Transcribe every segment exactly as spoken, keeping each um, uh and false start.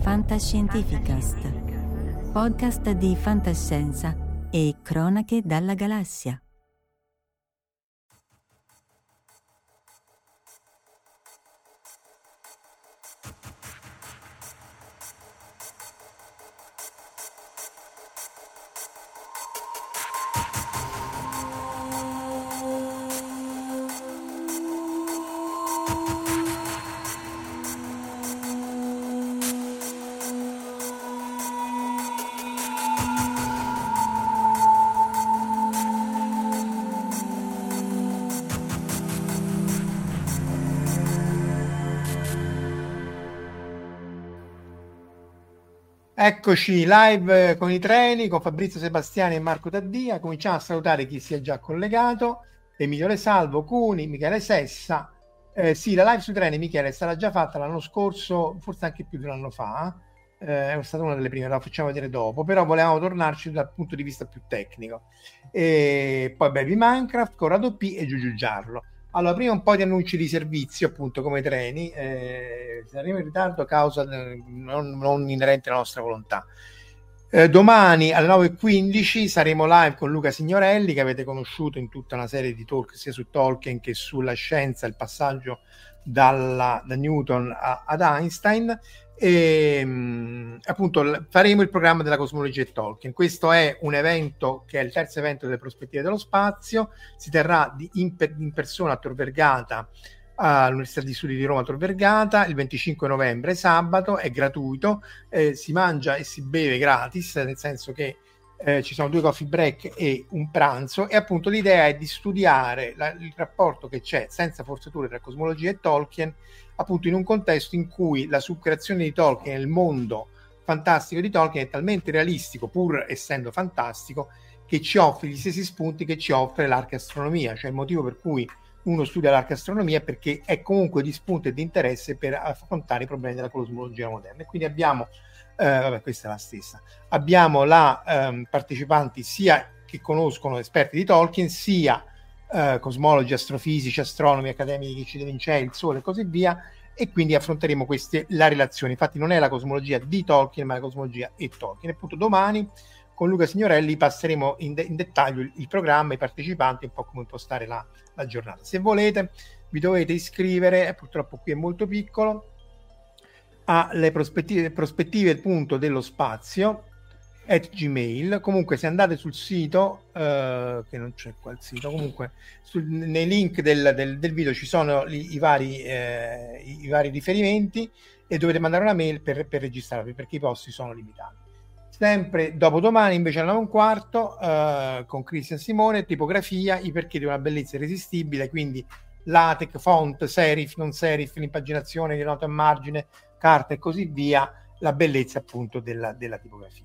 Fantascientificast, podcast di fantascienza e cronache dalla galassia. Eccoci live con i treni con Fabrizio Sebastiani e Marco Taddia. Cominciamo a salutare chi si è già collegato: Emilio Lesalvo, Cuni, Michele Sessa. Eh, sì, la live sui treni, Michele, è stata già fatta l'anno scorso, forse anche più di un anno fa. Eh, è stata una delle prime, la facciamo vedere dopo, però volevamo tornarci dal punto di vista più tecnico. E poi Baby Minecraft, Corrado P e Giugiu Giarlo. Allora, prima un po' di annunci di servizio, appunto, come treni. Eh, saremo in ritardo a causa de, non, non inerente alla nostra volontà. Eh, domani alle nove e quindici saremo live con Luca Signorelli, che avete conosciuto in tutta una serie di talk sia su Tolkien che sulla scienza, il passaggio dalla, da Newton a, ad Einstein. E mh, appunto faremo il programma della cosmologia e Tolkien. Questo è un evento che è il terzo evento delle prospettive dello spazio, si terrà di, in, per, in persona a Tor Vergata, all'Università di Studi di Roma Tor Vergata, il venticinque novembre, sabato, è gratuito, eh, si mangia e si beve gratis, nel senso che eh, ci sono due coffee break e un pranzo, e appunto l'idea è di studiare la, il rapporto che c'è senza forzature tra cosmologia e Tolkien, appunto in un contesto in cui la subcreazione di Tolkien, il mondo fantastico di Tolkien, è talmente realistico, pur essendo fantastico, che ci offre gli stessi spunti che ci offre l'arcastronomia. Cioè il motivo per cui uno studia l'arcastronomia è perché è comunque di spunto e di interesse per affrontare i problemi della cosmologia moderna. E quindi abbiamo, eh, vabbè, questa è la stessa, abbiamo la ehm, partecipanti sia che conoscono esperti di Tolkien, sia Uh, cosmologi, astrofisici, astronomi, accademici, chi ci deve in cielo, il sole e così via, e quindi affronteremo queste la relazione. Infatti non è la cosmologia di Tolkien, ma la cosmologia e Tolkien. E appunto domani con Luca Signorelli passeremo in, de- in dettaglio il, il programma, i partecipanti, un po' come impostare la, la giornata. Se volete vi dovete iscrivere, purtroppo qui è molto piccolo, alle prospettive, prospettive punto dello spazio at Gmail. Comunque se andate sul sito, uh, che non c'è qua il sito, comunque sul, nei link del, del, del video ci sono i, i, vari, eh, i, i vari riferimenti, e dovete mandare una mail per, per registrarvi, perché i posti sono limitati. Sempre dopodomani invece alle nove e un quarto uh, con Cristian Simone, tipografia, i perché di una bellezza irresistibile, quindi LaTeX, font, serif, non serif, l'impaginazione di nota a margine, carta e così via, la bellezza appunto della, della tipografia.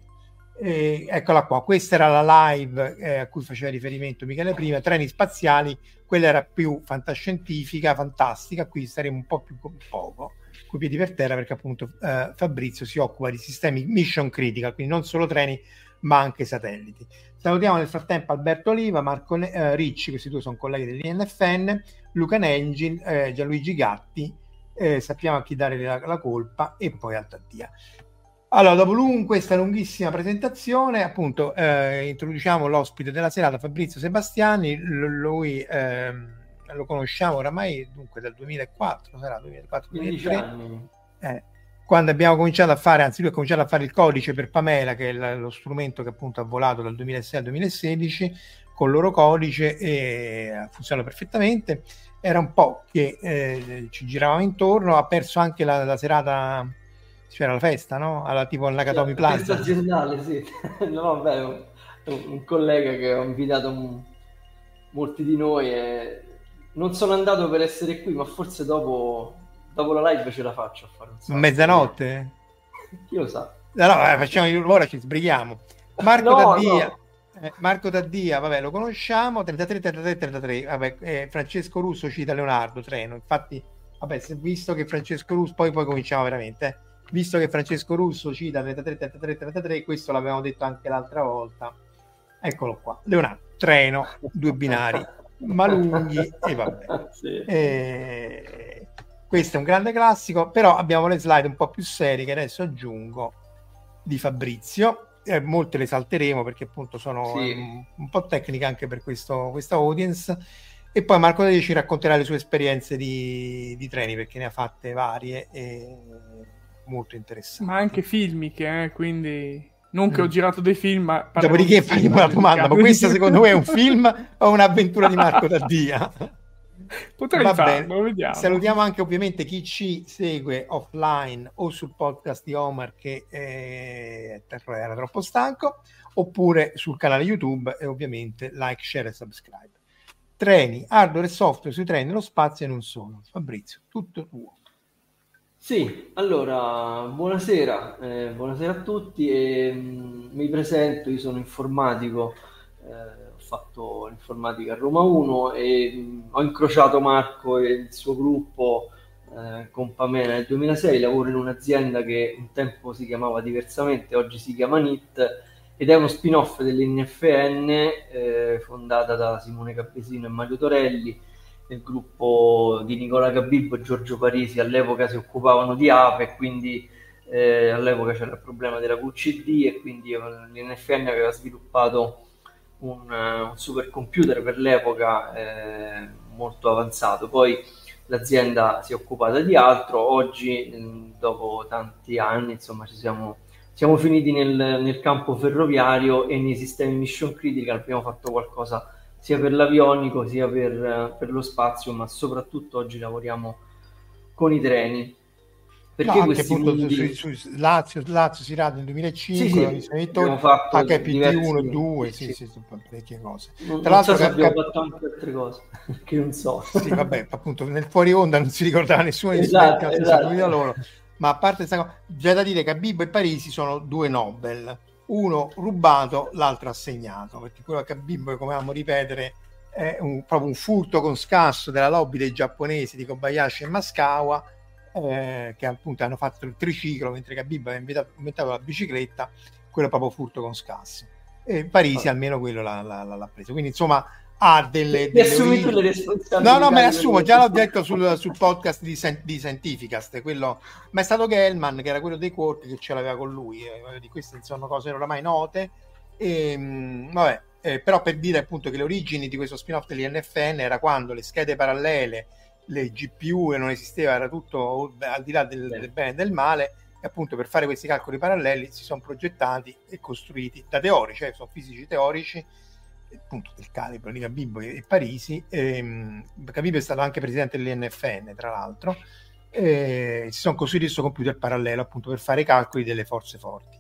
Eh, eccola qua, questa era la live eh, a cui faceva riferimento Michele prima, treni spaziali, quella era più fantascientifica, fantastica. Qui staremo un po' più poco coi piedi per terra, perché appunto eh, Fabrizio si occupa di sistemi mission critical, quindi non solo treni ma anche satelliti. Salutiamo nel frattempo Alberto Oliva, Marco eh, Ricci, questi due sono colleghi dell'I N F N, Luca Nengin, eh, Gianluigi Gatti, eh, sappiamo a chi dare la, la colpa, e poi al Taddia. Allora, dopo lung- questa lunghissima presentazione, appunto, eh, introduciamo l'ospite della serata, Fabrizio Sebastiani. L- lui eh, lo conosciamo oramai dunque dal duemilaquattro, sarà duemilaquattro duemilatré, anni. Eh, quando abbiamo cominciato a fare, anzi lui ha cominciato a fare il codice per Pamela, che è l- lo strumento che appunto ha volato dal duemilasei al duemilasedici con il loro codice, e ha funzionato perfettamente. Era un po' che eh, ci giravamo intorno, ha perso anche la, la serata. C'era la festa, no? Alla tipo al Nakatomi Cioè, Plaza. festa aziendale, sì. No, vabbè, un, un collega che ho invitato un, molti di noi, e non sono andato per essere qui, ma forse dopo, dopo la live ce la faccio a fare un salto. Mezzanotte? Chi lo sa? No, no, eh, facciamo ora, ci sbrighiamo. Marco No, Taddia, no. eh, Marco Taddia, vabbè, lo conosciamo, trentatré trentatré trentatré, vabbè, eh, Francesco Russo cita Leonardo, treno, infatti, vabbè, se, visto che Francesco Russo, poi, poi cominciamo veramente, eh. Visto che Francesco Russo cita trentatré trentatré trentatré, questo l'avevamo detto anche l'altra volta, eccolo qua, Leonardo, treno, due binari, ma lunghi, e vabbè. Sì. Eh, questo è un grande classico, però abbiamo le slide un po' più serie che adesso aggiungo di Fabrizio, eh, molte le salteremo perché appunto sono Sì. um, un po' tecniche anche per questo, questa audience, e poi Marco Taddia ci racconterà le sue esperienze di, di treni, perché ne ha fatte varie e molto interessanti. Ma anche filmiche, eh, quindi non che ho girato dei film, ma dopodiché faremo la domanda, ma questo secondo voi è un film o un'avventura di Marco Taddia? Potrei Va farlo, bene. vediamo. Salutiamo anche ovviamente chi ci segue offline o sul podcast di Omar che eh, era troppo stanco, oppure sul canale YouTube, e ovviamente like, share e subscribe. Treni, hardware e software sui treni nello spazio e non solo. Fabrizio, tutto tuo. Sì, allora, buonasera, eh, buonasera a tutti. E, mh, mi presento, io sono informatico, eh, ho fatto l'informatica a Roma uno e mh, ho incrociato Marco e il suo gruppo eh, con Pamela nel duemilasei. Lavoro in un'azienda che un tempo si chiamava diversamente, oggi si chiama N I T, ed è uno spin-off dell'N F N, eh, fondata da Simone Cappesino e Mario Torelli. Il gruppo di Nicola Cabibbo e Giorgio Parisi all'epoca si occupavano di ape, quindi eh, all'epoca c'era il problema della Q C D, e quindi l'N F N aveva sviluppato un, uh, un supercomputer per l'epoca eh, molto avanzato. Poi l'azienda si è occupata di altro. Oggi, mh, dopo tanti anni, insomma, ci siamo, siamo finiti nel, nel campo ferroviario e nei sistemi mission critical. Abbiamo fatto qualcosa sia per l'avionico sia per, per lo spazio, ma soprattutto oggi lavoriamo con i treni. Perché no, questi anche appunto mondi... su, su Lazio, Lazio si rade nel duemilacinque, sì, sì, abbiamo fatto H P T uno e diversi... due, sì, sì, sì, sì, parecchie cose. Non, Tra non l'altro so se cap- abbiamo cap- fatto anche altre cose, che non so. Sì, vabbè, appunto nel fuori onda non si ricordava nessuno di Esatto, questi esatto. da loro, ma a parte questa cosa, c'è da dire che Cabibbo e Parisi sono due Nobel, uno rubato, l'altro assegnato, perché quello che Cabibbo, come avevamo ripetere, è un, proprio un furto con scasso della lobby dei giapponesi di Kobayashi e Maskawa, eh, che appunto hanno fatto il triciclo, mentre Cabibbo aveva inventato, inventato la bicicletta. Quello è proprio furto con scasso, e Parisi Ah. almeno quello l'ha, l'ha, l'ha preso, quindi insomma ha delle, Ti delle assumi tu origini... le responsabilità? No, no, me le di assumo, quello già che- l'ho detto sul, sul podcast di, Scien- di Scientificast, quello, ma è stato Gellman, che era quello dei Quark, che ce l'aveva con lui, eh, di queste sono cose oramai note, e, mh, vabbè, eh, però per dire appunto che le origini di questo spin-off dell'N F N era quando le schede parallele, le G P U non esisteva, era tutto al di là del, del bene e del male, e appunto per fare questi calcoli paralleli si sono progettati e costruiti da teorici, cioè sono fisici teorici, appunto del calibro di Cabibbo e Parisi. ehm, Cabibbo è stato anche presidente dell'N F N, tra l'altro, e si sono costruiti questo computer parallelo appunto per fare i calcoli delle forze forti.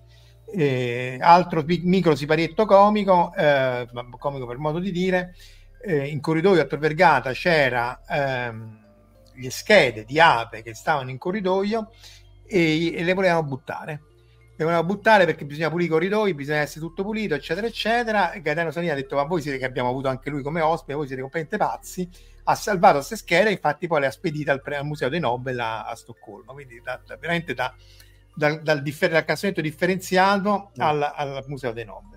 E altro micro siparietto comico, eh, comico per modo di dire, eh, in corridoio a Tor Vergata c'era ehm, le schede di ape che stavano in corridoio e, e le volevano buttare le volevano buttare perché bisogna pulire i corridoi, bisogna essere tutto pulito, eccetera eccetera. E Gaetano Salini ha detto: ma voi siete, che abbiamo avuto anche lui come ospite, voi siete completamente pazzi. Ha salvato queste schede, infatti poi le ha spedite al, al Museo dei Nobel a, a Stoccolma, quindi da, da, veramente da, da, dal, differ- dal cassonetto differenziato mm. al, al Museo dei Nobel.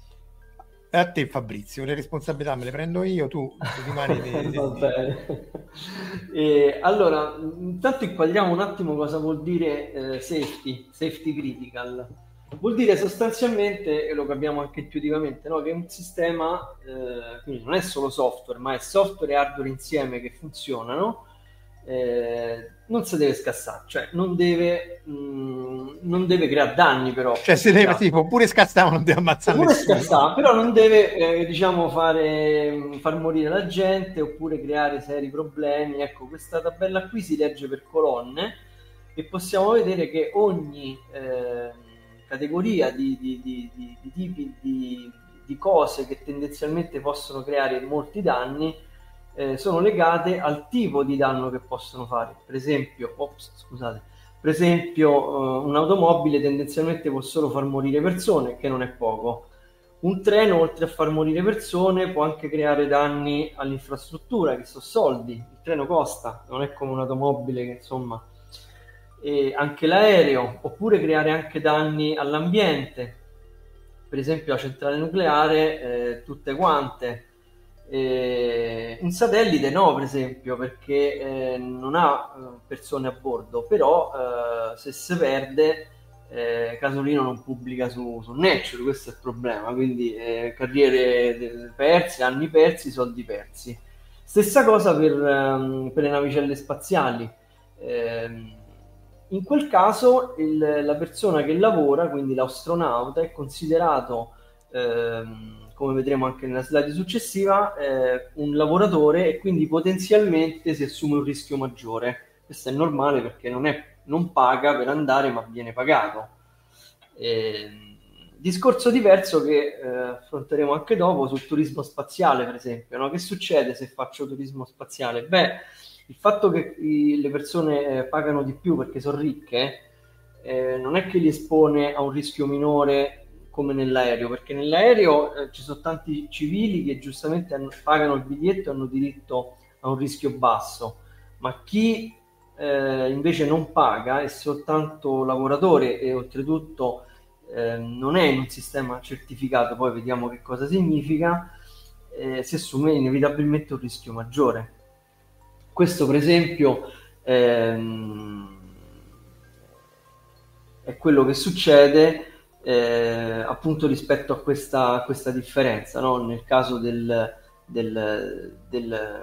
E a te Fabrizio, le responsabilità me le prendo io, tu, tu rimani di, di, Va bene. E, allora, intanto inquadriamo un attimo cosa vuol dire eh, safety, safety critical. Vuol dire sostanzialmente, e lo capiamo anche intuitivamente, no? Che un sistema, eh, quindi non è solo software, ma è software e hardware insieme che funzionano, eh, non si deve scassare, cioè non deve, mh, non deve creare danni, però. Cioè se deve, tipo, pure scassare, non deve ammazzare pure nessuno. Scassare, però non deve, eh, diciamo, fare, far morire la gente oppure creare seri problemi. Ecco, questa tabella qui si legge per colonne e possiamo vedere che ogni eh, categoria di, di, di, di, di tipi di, di cose che tendenzialmente possono creare molti danni eh, sono legate al tipo di danno che possono fare. Per esempio, ops, scusate, per esempio uh, un'automobile tendenzialmente può solo far morire persone, che non è poco. Un treno, oltre a far morire persone, può anche creare danni all'infrastruttura, che sono soldi. Il treno costa, non è come un'automobile che insomma... E anche l'aereo, oppure creare anche danni all'ambiente, per esempio la centrale nucleare, eh, tutte quante. Eh, un satellite no, per esempio, perché eh, non ha eh, persone a bordo, però eh, se si perde, eh, Casolino non pubblica su, su Nature, questo è il problema, quindi eh, carriere perse, anni persi, soldi persi. Stessa cosa per, um, per le navicelle spaziali. Eh, in quel caso il, la persona che lavora, quindi l'astronauta, è considerato ehm, come vedremo anche nella slide successiva, eh, un lavoratore e quindi potenzialmente si assume un rischio maggiore. Questo è normale perché non, è, non paga per andare, ma viene pagato. Eh, discorso diverso che eh, affronteremo anche dopo sul turismo spaziale, per esempio. No? Che succede se faccio turismo spaziale? Beh, il fatto che i, le persone eh, pagano di più perché sono ricche eh, non è che li espone a un rischio minore come nell'aereo, perché nell'aereo eh, ci sono tanti civili che giustamente hanno, pagano il biglietto e hanno diritto a un rischio basso, ma chi eh, invece non paga è soltanto lavoratore e oltretutto eh, non è in un sistema certificato, poi vediamo che cosa significa, eh, si assume inevitabilmente un rischio maggiore. Questo per esempio ehm, è quello che succede Eh, appunto rispetto a questa, a questa differenza, no? Nel caso del, del, del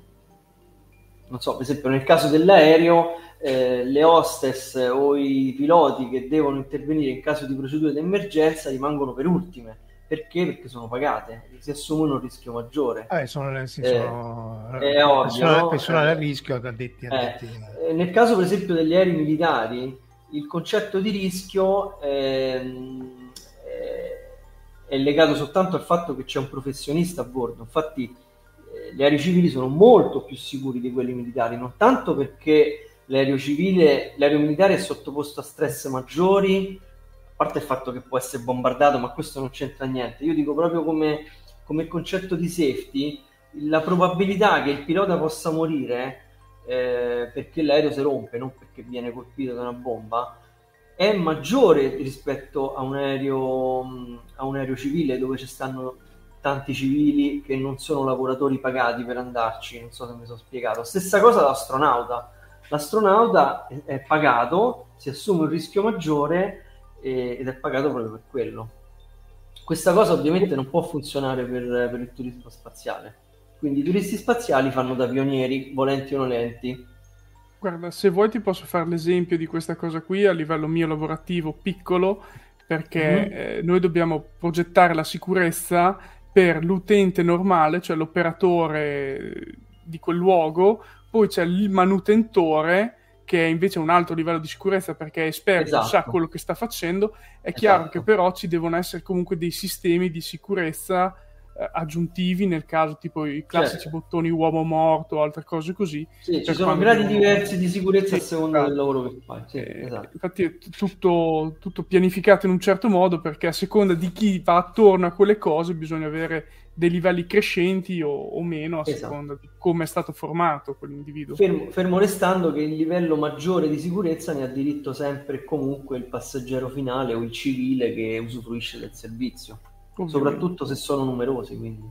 non so, per esempio nel caso dell'aereo eh, le hostess o i piloti che devono intervenire in caso di procedure d'emergenza rimangono per ultime. Perché? Perché sono pagate, si assumono un rischio maggiore. Eh, sono, nel senso, eh, è ovvio, persone, no? persone eh, a rischio addetti, addetti. Eh, nel caso per esempio degli aerei militari il concetto di rischio ehm, è legato soltanto al fatto che c'è un professionista a bordo. Infatti eh, gli aerei civili sono molto più sicuri di quelli militari, non tanto perché l'aereo civile, l'aereo militare è sottoposto a stress maggiori, a parte il fatto che può essere bombardato, ma questo non c'entra niente. Io dico proprio come, come concetto di safety, la probabilità che il pilota possa morire Eh, perché l'aereo si rompe, non perché viene colpito da una bomba, è maggiore rispetto a un aereo a un aereo civile dove ci stanno tanti civili che non sono lavoratori pagati per andarci. Non so se mi sono spiegato. Stessa cosa l'astronauta. L'astronauta è, è pagato, si assume un rischio maggiore eh, ed è pagato proprio per quello. Questa cosa ovviamente non può funzionare per, per il turismo spaziale. Quindi i turisti spaziali fanno da pionieri, volenti o nolenti. Guarda, se vuoi ti posso fare l'esempio di questa cosa qui a livello mio lavorativo piccolo, perché mm-hmm. eh, noi dobbiamo progettare la sicurezza per l'utente normale, cioè l'operatore di quel luogo, poi c'è il manutentore che è invece un altro livello di sicurezza perché è esperto, esatto. Sa quello che sta facendo. È esatto. Chiaro che però ci devono essere comunque dei sistemi di sicurezza aggiuntivi nel caso tipo i classici certo. bottoni uomo morto o altre cose così. Sì, ci sono gradi devono... diversi di sicurezza sì, a seconda esatto. del lavoro che fai. Sì, eh, esatto. Infatti è tutto, tutto pianificato in un certo modo perché a seconda di chi va attorno a quelle cose bisogna avere dei livelli crescenti o, o meno a esatto. seconda di come è stato formato quell'individuo. Fermo, fermo restando che il livello maggiore di sicurezza ne ha diritto sempre e comunque il passeggero finale o il civile che usufruisce del servizio. Ovviamente. Soprattutto se sono numerosi. Quindi.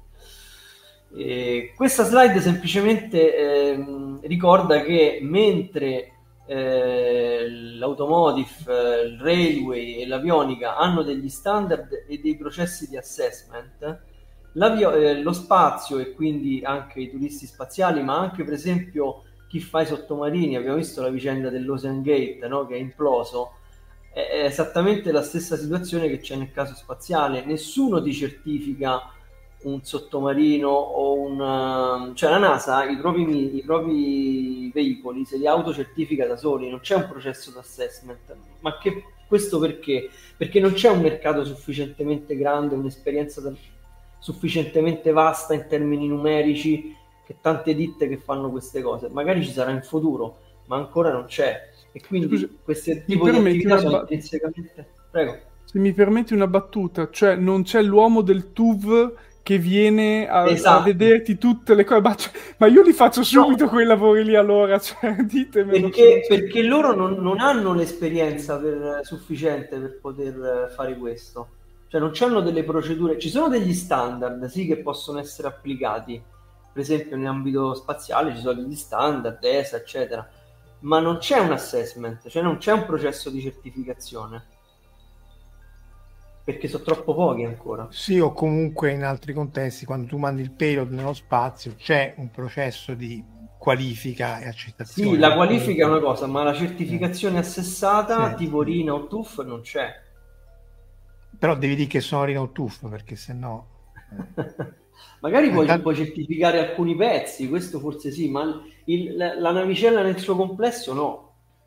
E questa slide semplicemente eh, ricorda che mentre eh, l'automotive, il railway e l'avionica hanno degli standard e dei processi di assessment, eh, lo spazio e quindi anche i turisti spaziali, ma anche per esempio chi fa i sottomarini, abbiamo visto la vicenda dell'Ocean Gate, no, che è imploso, è esattamente la stessa situazione che c'è nel caso spaziale. Nessuno ti certifica un sottomarino o un... cioè la NASA i propri, i propri veicoli se li autocertifica da soli, non c'è un processo di assessment. Ma che questo perché? Perché non c'è un mercato sufficientemente grande, un'esperienza da, sufficientemente vasta in termini numerici, che tante ditte che fanno queste cose. Magari ci sarà in futuro, ma ancora non c'è. E quindi Scusa, queste tipo di attività sono intrinsecamente... Prego. Se mi permetti una battuta, cioè non c'è l'uomo del T U V che viene a, esatto. a vederti tutte le cose, ma, cioè, ma io li faccio subito no. quei lavori lì allora, cioè, ditemelo. Perché, perché loro non, non hanno l'esperienza per, sufficiente per poter fare questo. cioè non c'hanno delle procedure, ci sono degli standard, sì, che possono essere applicati, per esempio in ambito spaziale ci sono degli standard, E S A, eccetera, ma non c'è un assessment, cioè non c'è un processo di certificazione, perché sono troppo pochi ancora. Sì, o comunque in altri contesti, quando tu mandi il payload nello spazio, c'è un processo di qualifica e accettazione. Sì, la qualifica è una cosa, ma la certificazione assessata, sì, tipo sì. R I N A o T U F, non c'è. Però devi dire che sono R I N A o T U F, perché sennò... Magari puoi, Intanto... puoi certificare alcuni pezzi, questo forse sì, ma il, la, la navicella nel suo complesso no.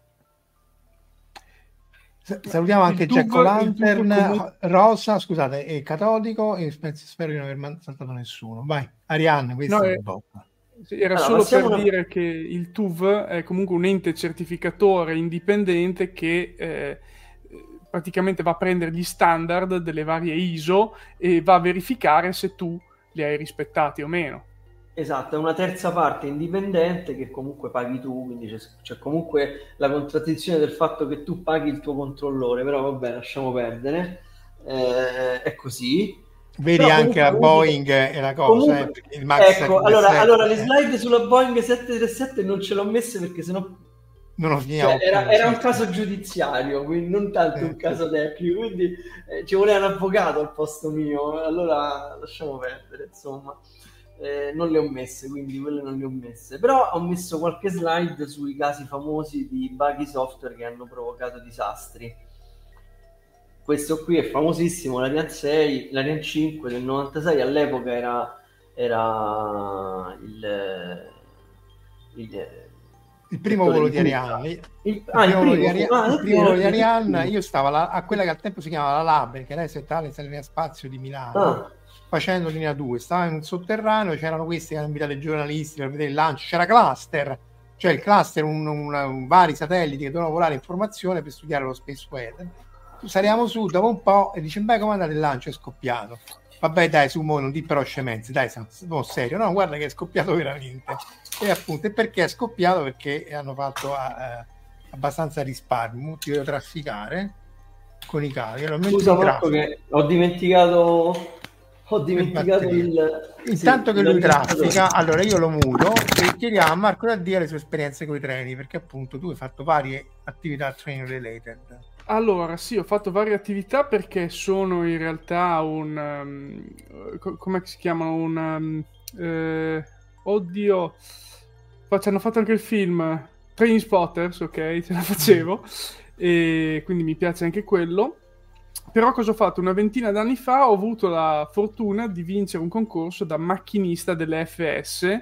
Salutiamo anche Il Jack tubo- il Lantern, tubo comu- Rosa, scusate, è catodico e sper- spero di non aver man- saltato nessuno. Vai, Arianne, questo No, è è- il botto. Sì, era Allora, solo passiamo per una- dire che il T U V è comunque un ente certificatore indipendente che eh, praticamente va a prendere gli standard delle varie I S O e va a verificare se tu li hai rispettati o meno. Esatto, è una terza parte indipendente che comunque paghi tu, quindi c'è, c'è comunque la contraddizione del fatto che tu paghi il tuo controllore, però vabbè, lasciamo perdere, eh, è così. Vedi Però anche la comunque- Boeing e la cosa, comunque- eh, perché il Max ecco, allora, settecentotrentasettte, allora le eh, slide sulla Boeing sette tre sette non ce l'ho messe perché sennò non lo finiamo cioè, era, più, era sì, un sì. caso giudiziario, quindi non tanto Sì, un sì. caso tecnico, quindi eh, ci voleva un avvocato al posto mio, allora lasciamo perdere, insomma. Eh, non le ho messe, quindi quelle non le ho messe, però ho messo qualche slide sui casi famosi di buggy software che hanno provocato disastri. Questo qui è famosissimo, l'Ariane sei, l'Ariane cinque del novantasei, all'epoca era, era il, il, Il primo volo di Ariane, il, il, ah, il primo volo primo, di Ariane, ah, il è primo vero, volo di è vero, Ariane, è vero. io stavo alla- a quella che al tempo si chiamava la Lab, che adesso è tale Salina Spazio di Milano, Ah. facendo linea due, stava in un sotterraneo, c'erano questi che hanno invitato i giornalisti per vedere il lancio, c'era Cluster, cioè il cluster, un, un, un, vari satelliti che dovevano volare informazione per studiare lo space weather. Saliamo su dopo un po' e dice: beh, come è andato il lancio? È scoppiato. Vabbè, dai, su, mo, non di però scemenze, dai, no, serio, no, guarda che è scoppiato veramente. E appunto, e perché è scoppiato? Perché hanno fatto eh, abbastanza risparmio, ti devo trafficare con i cavi. Allora, Scusa Marco che ho dimenticato ho dimenticato il... Intanto sì, che lui traffica, allora io lo muto e chiediamo a Marco Daddia le sue esperienze con i treni, perché appunto tu hai fatto varie attività train related. Allora, sì, ho fatto varie attività perché sono in realtà un... Um, co- come si chiamano? Un... Um, eh, oddio... Ci hanno fatto anche il film Train Spotters, ok? Ce la facevo. E quindi mi piace anche quello. Però cosa ho fatto? Una ventina d'anni fa ho avuto la fortuna di vincere un concorso da macchinista delle F S,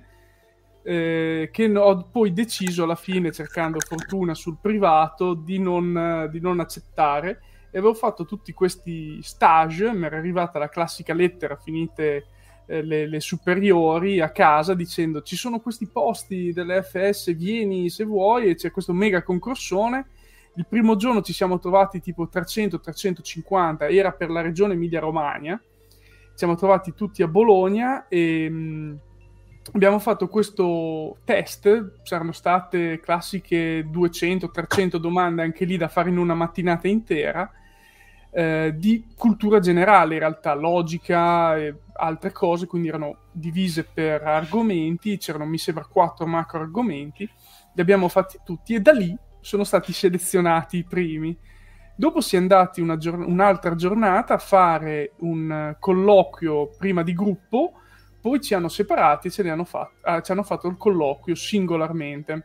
eh, che ho poi deciso alla fine, cercando fortuna sul privato, di non, di non accettare. E avevo fatto tutti questi stage, mi era arrivata la classica lettera finite eh, le, le superiori a casa dicendo: ci sono questi posti delle F S, vieni se vuoi, e c'è questo mega concorsone. Il primo giorno ci siamo trovati tipo trecento trecentocinquanta, era per la regione Emilia-Romagna. Ci siamo trovati tutti a Bologna e mh, abbiamo fatto questo test. C'erano state classiche duecento trecento domande anche lì da fare in una mattinata intera, eh, di cultura generale in realtà, logica e altre cose, quindi erano divise per argomenti, c'erano mi sembra quattro macro argomenti, li abbiamo fatti tutti e da lì sono stati selezionati i primi. Dopo si è andati una giorn- un'altra giornata a fare un colloquio prima di gruppo, poi ci hanno separati e ce li hanno fat- ah, ci hanno fatto il colloquio singolarmente.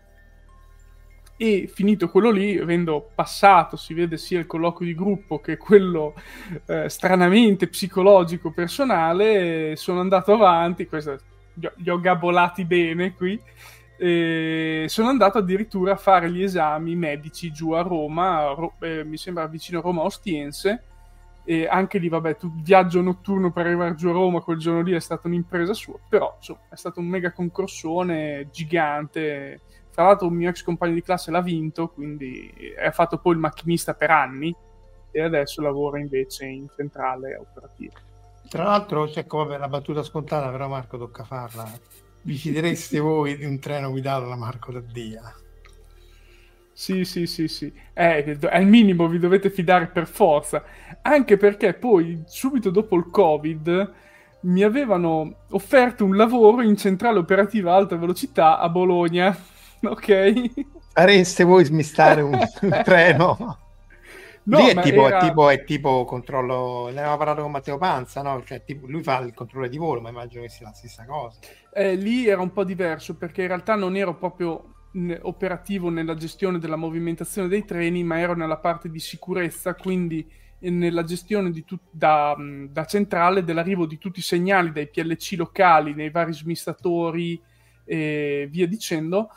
E finito quello lì, avendo passato, si vede sia il colloquio di gruppo che quello eh, stranamente psicologico personale, sono andato avanti, questo, li, ho, li ho gabolati bene qui, e sono andato addirittura a fare gli esami medici giù a Roma, a Ro- eh, mi sembra vicino a Roma Ostiense, e anche lì vabbè, tu, viaggio notturno per arrivare giù a Roma quel giorno lì è stata un'impresa sua, però insomma è stato un mega concorsone gigante. Tra l'altro un mio ex compagno di classe l'ha vinto, quindi ha fatto poi il macchinista per anni e adesso lavora invece in centrale operativa. Tra l'altro c'è, ecco, vabbè, la battuta scontata, però Marco tocca farla. Vi fidereste voi di un treno guidato da Marco Daddia? Sì, sì, sì, sì. È, è il minimo, vi dovete fidare per forza. Anche perché poi, subito dopo il Covid, mi avevano offerto un lavoro in centrale operativa a alta velocità a Bologna. Ok? Fareste voi smistare un, un treno? Lì No, è ma tipo, è era... tipo, è tipo controllo, ne avevamo parlato con Matteo Panza, no? Cioè, tipo, lui fa il controllo di volo, ma immagino che sia la stessa cosa. Eh, lì era un po' diverso perché in realtà non ero proprio n- operativo nella gestione della movimentazione dei treni, ma ero nella parte di sicurezza, quindi eh, nella gestione di tut- da, mh, da centrale dell'arrivo di tutti i segnali dai P L C locali, nei vari smistatori e via dicendo,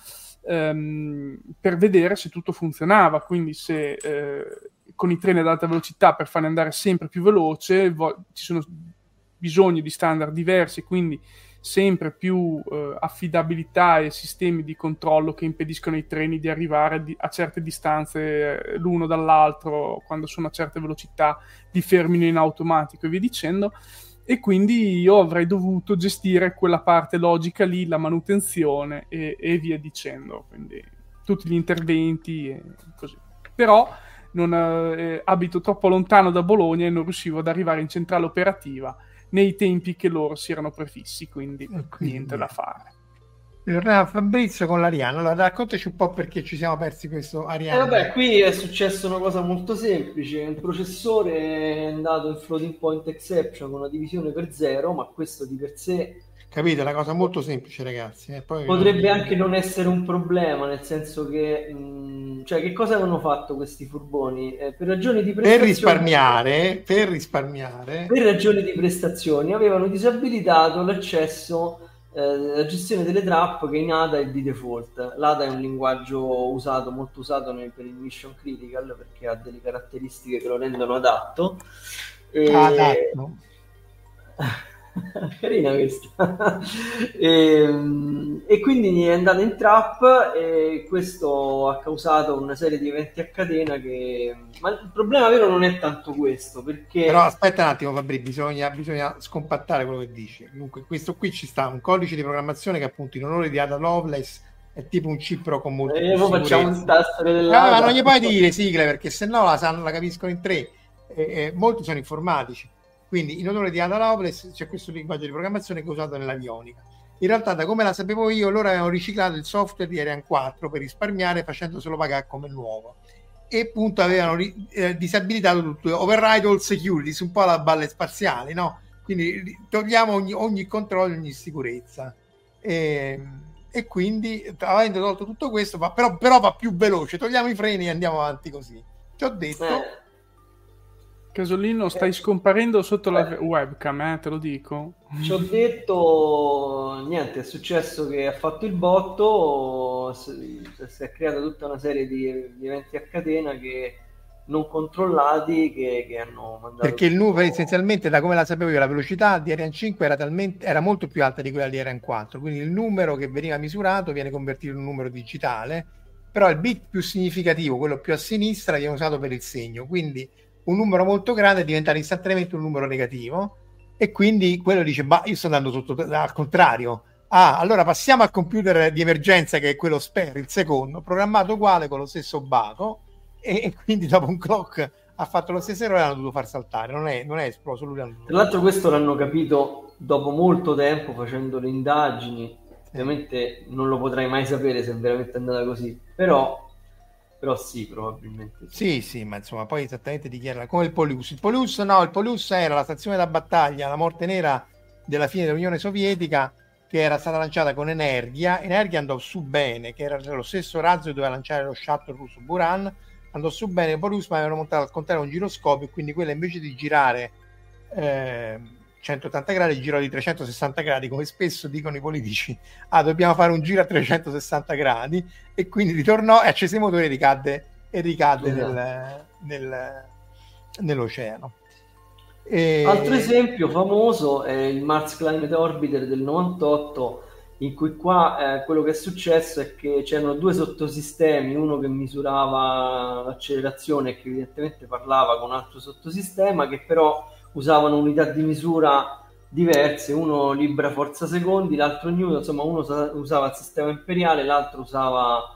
ehm, per vedere se tutto funzionava, quindi se eh, con i treni ad alta velocità per farli andare sempre più veloce vo- ci sono bisogni di standard diversi, quindi sempre più eh, affidabilità e sistemi di controllo che impediscono ai treni di arrivare di, a certe distanze eh, l'uno dall'altro, quando sono a certe velocità li fermino in automatico e via dicendo. E quindi io avrei dovuto gestire quella parte logica lì, la manutenzione e, e via dicendo, quindi tutti gli interventi e così. Però non, eh, abito troppo lontano da Bologna e non riuscivo ad arrivare in centrale operativa nei tempi che loro si erano prefissi, quindi, quindi niente da fare. Torniamo a Fabrizio con l'Ariane. Allora raccontaci un po' perché ci siamo persi questo E Ariane. eh vabbè, qui è successa una cosa molto semplice, il processore è andato in floating point exception con una divisione per zero, ma questo di per sé... Capite, è una cosa molto semplice, ragazzi. E poi potrebbe non... anche non essere un problema, nel senso che... Mh, cioè, che cosa avevano fatto questi furboni? Eh, per ragioni di prestazione... Per risparmiare, per risparmiare... Per ragioni di prestazioni avevano disabilitato l'accesso... la gestione delle trap che in A D A è di default. L'A D A è un linguaggio usato, molto usato nel, per il mission critical perché ha delle caratteristiche che lo rendono adatto. E... adatto. Carina questa. e, e quindi è andato in trap e questo ha causato una serie di eventi a catena che... ma il problema vero non è tanto questo, perché... Però aspetta un attimo Fabri, bisogna, bisogna scompattare quello che dici. Comunque questo qui ci sta un codice di programmazione che appunto in onore di Ada Lovelace è tipo un cipro con molto e poi facciamo un tasto dell'A D A. Ma non gli puoi dire sigle perché sennò la, sanno, la capiscono in tre. E, e molti sono informatici. Quindi in onore di Ada Lovelace c'è questo linguaggio di programmazione che è usato nell'avionica. In realtà, da come la sapevo io, loro avevano riciclato il software di Ariane quattro per risparmiare facendoselo pagare come nuovo. E appunto avevano eh, disabilitato tutto, override all security, un po' la balle spaziali, no? Quindi togliamo ogni, ogni controllo, ogni sicurezza. E, e quindi, avendo tolto tutto questo, va, però, però va più veloce, togliamo i freni e andiamo avanti così. Ci ho detto... Eh. Casolino, stai scomparendo sotto la webcam, eh, te lo dico. Ci ho detto, niente, è successo che ha fatto il botto, si, si è creata tutta una serie di, di eventi a catena che non controllati che, che hanno mandato... Perché il numero, essenzialmente, da come la sapevo io, la velocità di Ariane cinque era, talmente, era molto più alta di quella di Ariane quattro, quindi il numero che veniva misurato viene convertito in un numero digitale, però il bit più significativo, quello più a sinistra, viene usato per il segno, quindi un numero molto grande diventa istantaneamente un numero negativo e quindi quello dice bah io sto andando sotto al contrario, ah allora passiamo al computer di emergenza che è quello spare, il secondo programmato uguale con lo stesso baco e, e quindi dopo un clock ha fatto lo stesso errore e l'hanno dovuto far saltare, non è, non è esploso lui. Tra l'altro questo l'hanno capito dopo molto tempo facendo le indagini, ovviamente non lo potrai mai sapere se è veramente andata così, però Però sì, probabilmente sì. Sì, sì, ma insomma, poi esattamente di chi era, come il Polius. Il Polius, no, il Polius era la stazione da battaglia, la morte nera della fine dell'Unione Sovietica, che era stata lanciata con Energia. Energia andò su bene, che era lo stesso razzo che doveva lanciare lo shuttle russo Buran, andò su bene il Polius, ma avevano montato al contrario un giroscopio, quindi quella invece di girare eh, centottanta gradi, girò di trecentosessanta gradi, come spesso dicono i politici. Ah, dobbiamo fare un giro a trecentosessanta gradi, e quindi ritornò e accese i motori e ricadde, e ricadde Esatto. nel, nel, nell'oceano. E... Altro esempio famoso è il Mars Climate Orbiter del novantotto, in cui qua eh, quello che è successo è che c'erano due sottosistemi, uno che misurava l'accelerazione e che evidentemente parlava con un altro sottosistema, che però usavano unità di misura diverse, uno libra forza secondi, l'altro newton, insomma uno usava il sistema imperiale, l'altro usava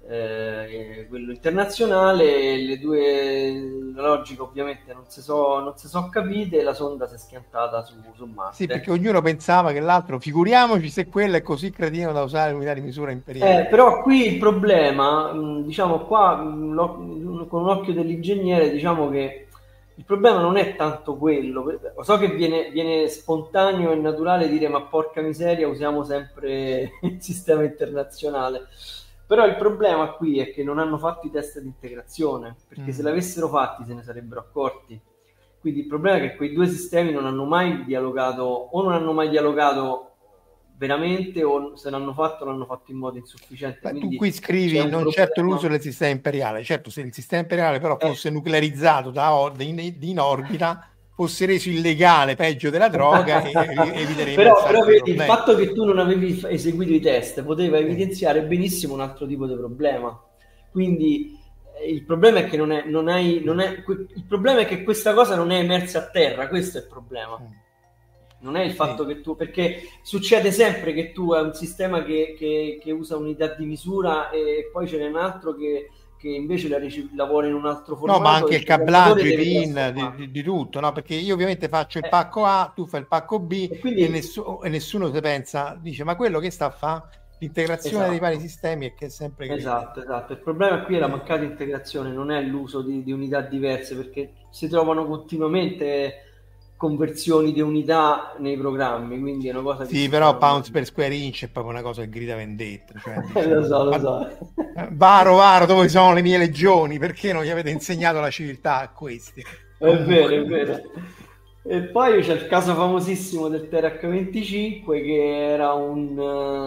eh, quello internazionale, le due la logica ovviamente non si so, non si so capite, e la sonda si è schiantata su, su Marte. Sì, perché ognuno pensava che l'altro, figuriamoci se quello è così cretino da usare l'unità di misura imperiale. Eh, però qui il problema, mh, diciamo qua, mh, lo- con un occhio dell'ingegnere, diciamo che il problema non è tanto quello. Lo so che viene, viene spontaneo e naturale dire ma porca miseria, usiamo sempre il sistema internazionale. Però il problema qui è che non hanno fatto i test di integrazione, perché Mm. se l'avessero fatti se ne sarebbero accorti. Quindi il problema è che quei due sistemi non hanno mai dialogato, o non hanno mai dialogato veramente, o se l'hanno fatto l'hanno fatto in modo insufficiente. Beh, tu Quindi qui c'è scrivi un non certo problema. l'uso del sistema imperiale, certo se il sistema imperiale però Eh. fosse nuclearizzato da or- in, in orbita, fosse reso illegale, peggio della droga, e e- eviteremmo un però, sacco però di vedi, il problemi. fatto che tu non avevi f- eseguito i test poteva Sì. evidenziare benissimo un altro tipo di problema. Quindi eh, il problema è che non è, non hai, non è, que- il problema è che questa cosa non è emersa a terra, questo è il problema. Sì. Non è il fatto Sì. che tu, perché succede sempre che tu hai un sistema che, che, che usa unità di misura e poi ce n'è un altro che, che invece la riceve, lavora in un altro formato. No, ma anche e il cablaggio, i deve pin, di, trasformare. di- di tutto, no? Perché io ovviamente faccio il Eh. pacco A, tu fai il pacco B E quindi- e, nessu- e nessuno si pensa, dice, ma quello che sta a fa? L'integrazione dei Esatto. vari sistemi è che è sempre critica. Esatto, esatto. Il problema qui è la mancata integrazione, non è l'uso di, di unità diverse, perché si trovano continuamente conversioni di unità nei programmi, quindi è una cosa che Sì, si però fa pounds per square inch è proprio una cosa che grida vendetta. Cioè, dice, lo so, lo ma- so. eh, Varo, Varo, dove sono le mie legioni? Perché non gli avete insegnato la civiltà a questi? È vero, è vero. E poi c'è il caso famosissimo del T R H venticinque, che era un,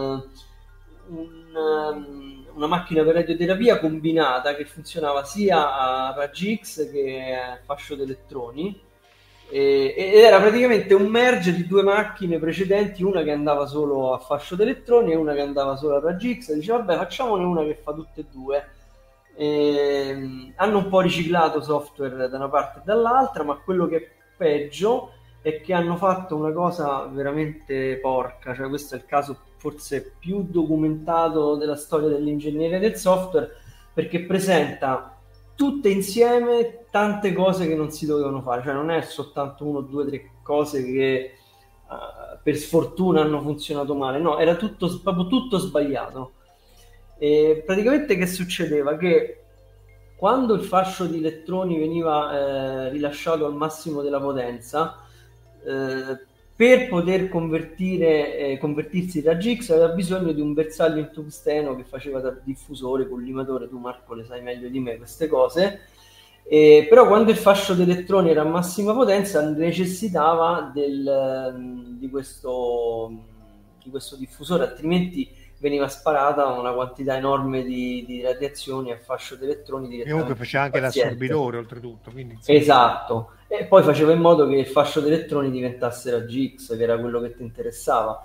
uh, un, um, una macchina per radioterapia combinata che funzionava sia a raggi X che a fascio di elettroni, e, ed era praticamente un merge di due macchine precedenti, una che andava solo a fascio di elettroni e una che andava solo a raggi X. Diceva vabbè, facciamone una che fa tutte e due. E, hanno un po' riciclato software da una parte e dall'altra, ma quello che è peggio è che hanno fatto una cosa veramente porca, cioè questo è il caso forse più documentato della storia dell'ingegneria del software, perché presenta tutte insieme tante cose che non si dovevano fare, cioè non è soltanto uno, due, tre cose che uh, per sfortuna hanno funzionato male, no, era tutto, proprio tutto sbagliato. E praticamente che succedeva? Che quando il fascio di elettroni veniva eh, rilasciato al massimo della potenza, eh, per poter convertire, eh, convertirsi in raggi X aveva bisogno di un bersaglio in tungsteno che faceva da diffusore, collimatore. Tu Marco le sai meglio di me queste cose, eh, però quando il fascio di elettroni era a massima potenza necessitava del, di, questo, di questo diffusore, altrimenti veniva sparata una quantità enorme di, di radiazioni a fascio di elettroni direttamente. Comunque faceva anche l'assorbitore oltretutto. Quindi, insomma... Esatto, e poi faceva in modo che il fascio di elettroni diventasse raggi X, che era quello che ti interessava.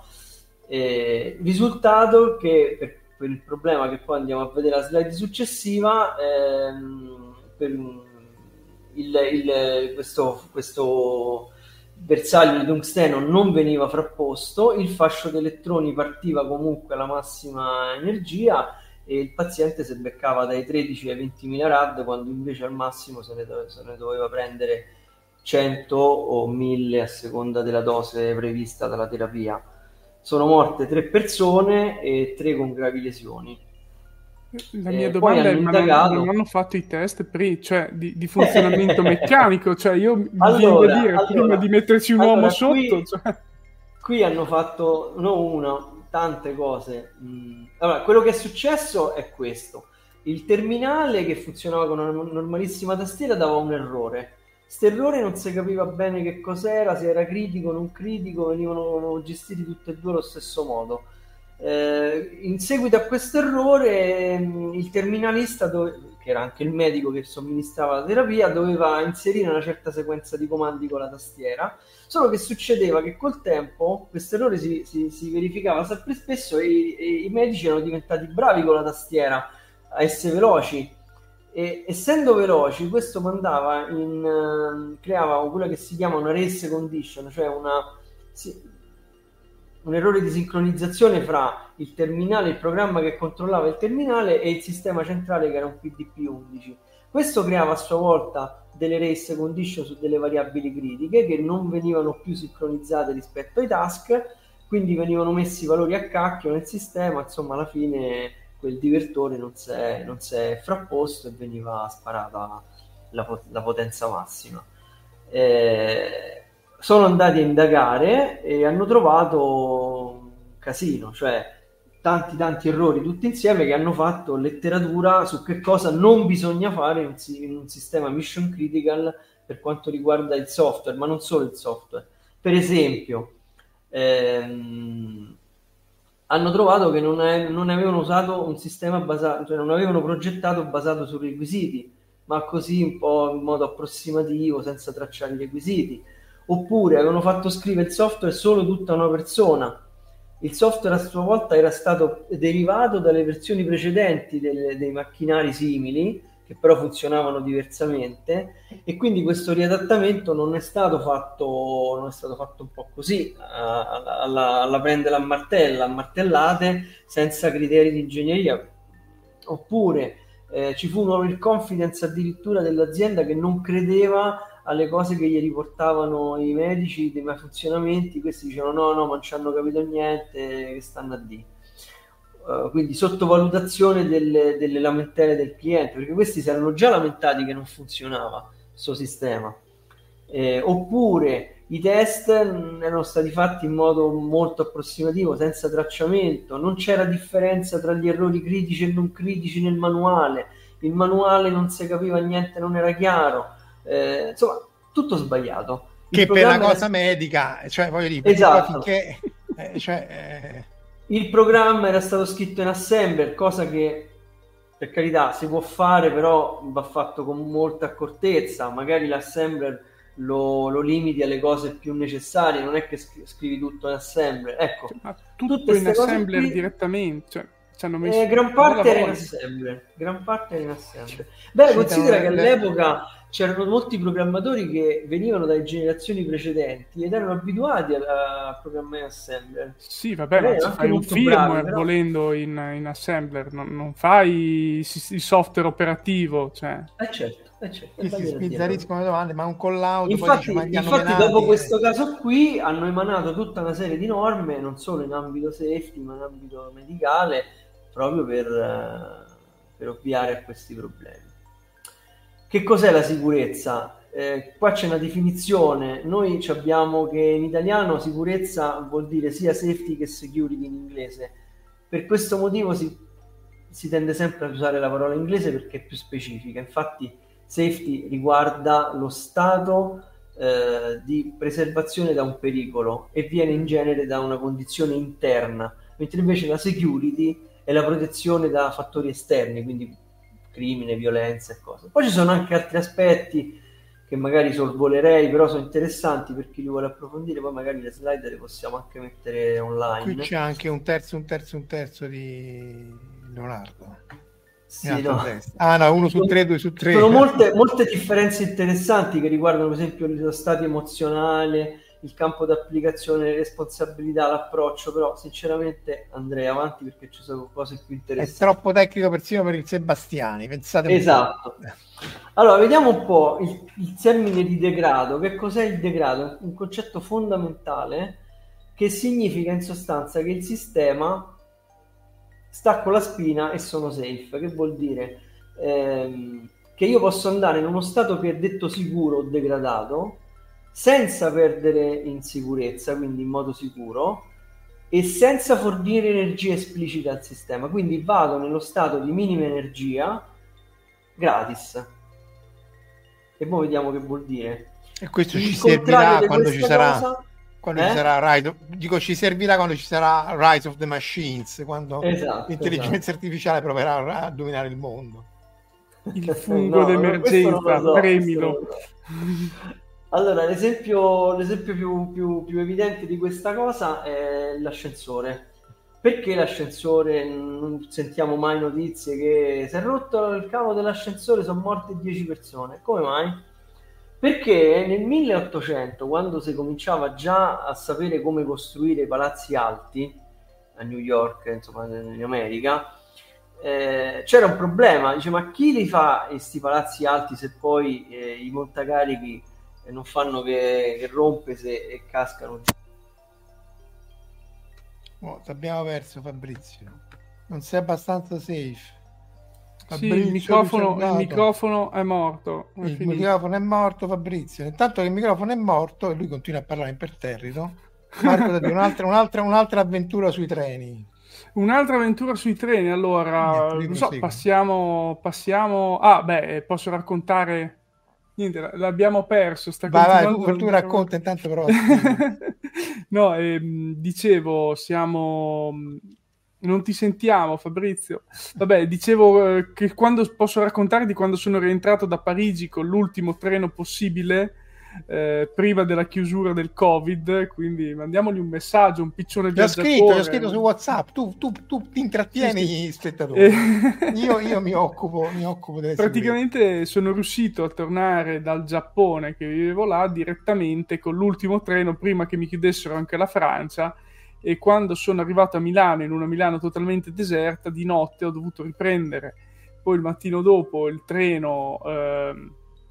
E risultato che, per, per il problema che poi andiamo a vedere la slide successiva, ehm, per il, il, questo, questo bersaglio di tungsteno non veniva frapposto, il fascio di elettroni partiva comunque alla massima energia e il paziente si beccava dai tredici ai ventimila rad, quando invece al massimo se ne, dove, se ne doveva prendere cento o mille a seconda della dose prevista dalla terapia. Sono morte tre persone e tre con gravi lesioni. La mia Eh, domanda è: ma non, indagato... non hanno fatto i test pre, cioè, di, di funzionamento meccanico? Cioè, io mi allora, viene da dire, allora, prima di metterci un allora, uomo sotto... Qui, cioè... qui hanno fatto, non una, tante cose. Allora, quello che è successo è questo. Il terminale, che funzionava con una normalissima tastiera, dava un errore. Questo errore non si capiva bene che cos'era, se era critico o non critico, venivano gestiti tutti e due allo stesso modo. Eh, in seguito a questo errore il terminalista, dove, che era anche il medico che somministrava la terapia, doveva inserire una certa sequenza di comandi con la tastiera, solo che succedeva che col tempo questo errore si, si, si verificava sempre spesso e, e i medici erano diventati bravi con la tastiera a essere veloci, e essendo veloci questo mandava in uh, creava quella che si chiama una race condition, cioè una si, un errore di sincronizzazione fra il terminale, il programma che controllava il terminale e il sistema centrale che era un P D P undici. Questo creava a sua volta delle race condition su delle variabili critiche che non venivano più sincronizzate rispetto ai task, quindi venivano messi valori a cacchio nel sistema, insomma alla fine quel divertore non si è, non si è frapposto e veniva sparata la, la potenza massima. Eh, sono andati a indagare e hanno trovato un casino, cioè tanti tanti errori tutti insieme che hanno fatto letteratura su che cosa non bisogna fare in un, in un sistema mission critical per quanto riguarda il software, ma non solo il software. Per esempio, ehm, hanno trovato che non, è, non avevano usato un sistema basato, cioè non avevano progettato basato su requisiti, ma così un po' in modo approssimativo, senza tracciare i requisiti. Oppure avevano fatto scrivere il software solo tutta una persona. Il software a sua volta era stato derivato dalle versioni precedenti delle, dei macchinari simili, che però funzionavano diversamente, e quindi questo riadattamento non è stato fatto, non è stato fatto un po' così, alla, alla, alla prendere a martella, a martellate, senza criteri di ingegneria. Oppure eh, ci fu un overconfidence addirittura dell'azienda che non credeva alle cose che gli riportavano i medici dei malfunzionamenti. Questi dicevano no, no, ma non ci hanno capito niente, che stanno a dire. Uh, quindi sottovalutazione delle, delle lamentele del cliente, perché questi si erano già lamentati che non funzionava questo sistema. Eh, oppure i test erano stati fatti in modo molto approssimativo, senza tracciamento, non c'era differenza tra gli errori critici e non critici nel manuale, il manuale non si capiva niente, non era chiaro. Eh, insomma, tutto sbagliato. Il che per una cosa era... medica, cioè voglio dire, esatto. Finché, eh, cioè, eh... il programma era stato scritto in assembler, cosa che per carità si può fare, però va fatto con molta accortezza. Magari l'assembler lo, lo limiti alle cose più necessarie, non è che scrivi tutto in assembler. Ecco, ma tutto in assembler qui... direttamente, cioè... Messo... Eh, gran parte era in assembler, gran parte era in assembler. Beh, sì, considera che all'epoca c'erano molti programmatori che venivano dalle generazioni precedenti ed erano abituati a, a programmare in assembler. Sì, vabbè, ma se fai un firmware però... volendo in, in assembler, non, non fai il software operativo, cioè. Eh certo, eh certo. Si sbizzarriscono le domande, ma un call-out... Infatti, poi dice, infatti menati, dopo eh. questo caso qui hanno emanato tutta una serie di norme, non solo in ambito safety, ma in ambito medicale, proprio per, per ovviare a questi problemi. Che cos'è la sicurezza? Eh, qua c'è una definizione. Noi abbiamo che in italiano sicurezza vuol dire sia safety che security in inglese. Per questo motivo si, si tende sempre ad usare la parola inglese perché è più specifica. Infatti safety riguarda lo stato eh, di preservazione da un pericolo e viene in genere da una condizione interna, mentre invece la security è la protezione da fattori esterni, quindi crimine, violenza e cose. Poi ci sono anche altri aspetti che magari sorvolerei, però sono interessanti per chi li vuole approfondire. Poi magari le slide le possiamo anche mettere online. Qui c'è anche un terzo, un terzo, un terzo di Leonardo. Sì, no. Ah no, uno su tre, due su tre. Ci sono molte, molte differenze interessanti che riguardano per esempio lo stato emozionale, il campo d'applicazione, le responsabilità, l'approccio, però sinceramente andrei avanti perché ci sono cose più interessanti. È troppo tecnico persino per il Sebastiani, pensate un esatto. Po'. Allora, vediamo un po' il, il termine di degrado. Che cos'è il degrado? Un concetto fondamentale che significa in sostanza che il sistema sta con la spina e sono safe. Che vuol dire? Ehm, che io posso andare in uno stato che è detto sicuro o degradato, senza perdere in sicurezza, quindi in modo sicuro, e senza fornire energia esplicita al sistema. Quindi vado nello stato di minima energia gratis. E poi vediamo che vuol dire. E questo il ci servirà quando ci sarà cosa... quando eh? ci sarà Rise, dico ci servirà quando ci sarà Rise of the Machines, quando esatto, l'intelligenza esatto. artificiale proverà a dominare il mondo. Il fungo no, d'emergenza, so, premilo. Allora, l'esempio, l'esempio più, più, più evidente di questa cosa è l'ascensore. Perché l'ascensore non sentiamo mai notizie che si è rotto il cavo dell'ascensore, sono morte dieci persone? Come mai? Perché nel milleottocento, quando si cominciava già a sapere come costruire i palazzi alti a New York, insomma in America, eh, c'era un problema. Dice, ma chi li fa questi palazzi alti se poi eh, i montacarichi non fanno che, che rompese e cascano? Oh, ti abbiamo perso, Fabrizio. Non sei abbastanza safe. Sì, il microfono, il microfono è morto. È il finito. microfono è morto, Fabrizio. Intanto che il microfono è morto e lui continua a parlare imperterrito, Marco, di un'altra, un'altra, un'altra avventura sui treni. Un'altra avventura sui treni, allora, Niente, non so, passiamo, passiamo... Ah, beh, posso raccontare... Niente, l'abbiamo perso. Sta vai, vai, tu, tu racconta intanto però. No, ehm, dicevo, siamo... Non ti sentiamo, Fabrizio. Vabbè, dicevo eh, che quando posso raccontare di quando sono rientrato da Parigi con l'ultimo treno possibile eh, prima della chiusura del Covid, quindi mandiamogli un messaggio, un piccione Gli ho viaggiatore. scritto, gli ho scritto su WhatsApp, tu, tu, tu ti intrattieni sì, sì. spettatori. Eh... io, io mi occupo, mi occupo delle Praticamente sicurezze. Sono riuscito a tornare dal Giappone, che vivevo là, direttamente con l'ultimo treno prima che mi chiudessero anche la Francia. E quando sono arrivato a Milano, in una Milano totalmente deserta, di notte ho dovuto riprendere poi il mattino dopo il treno eh,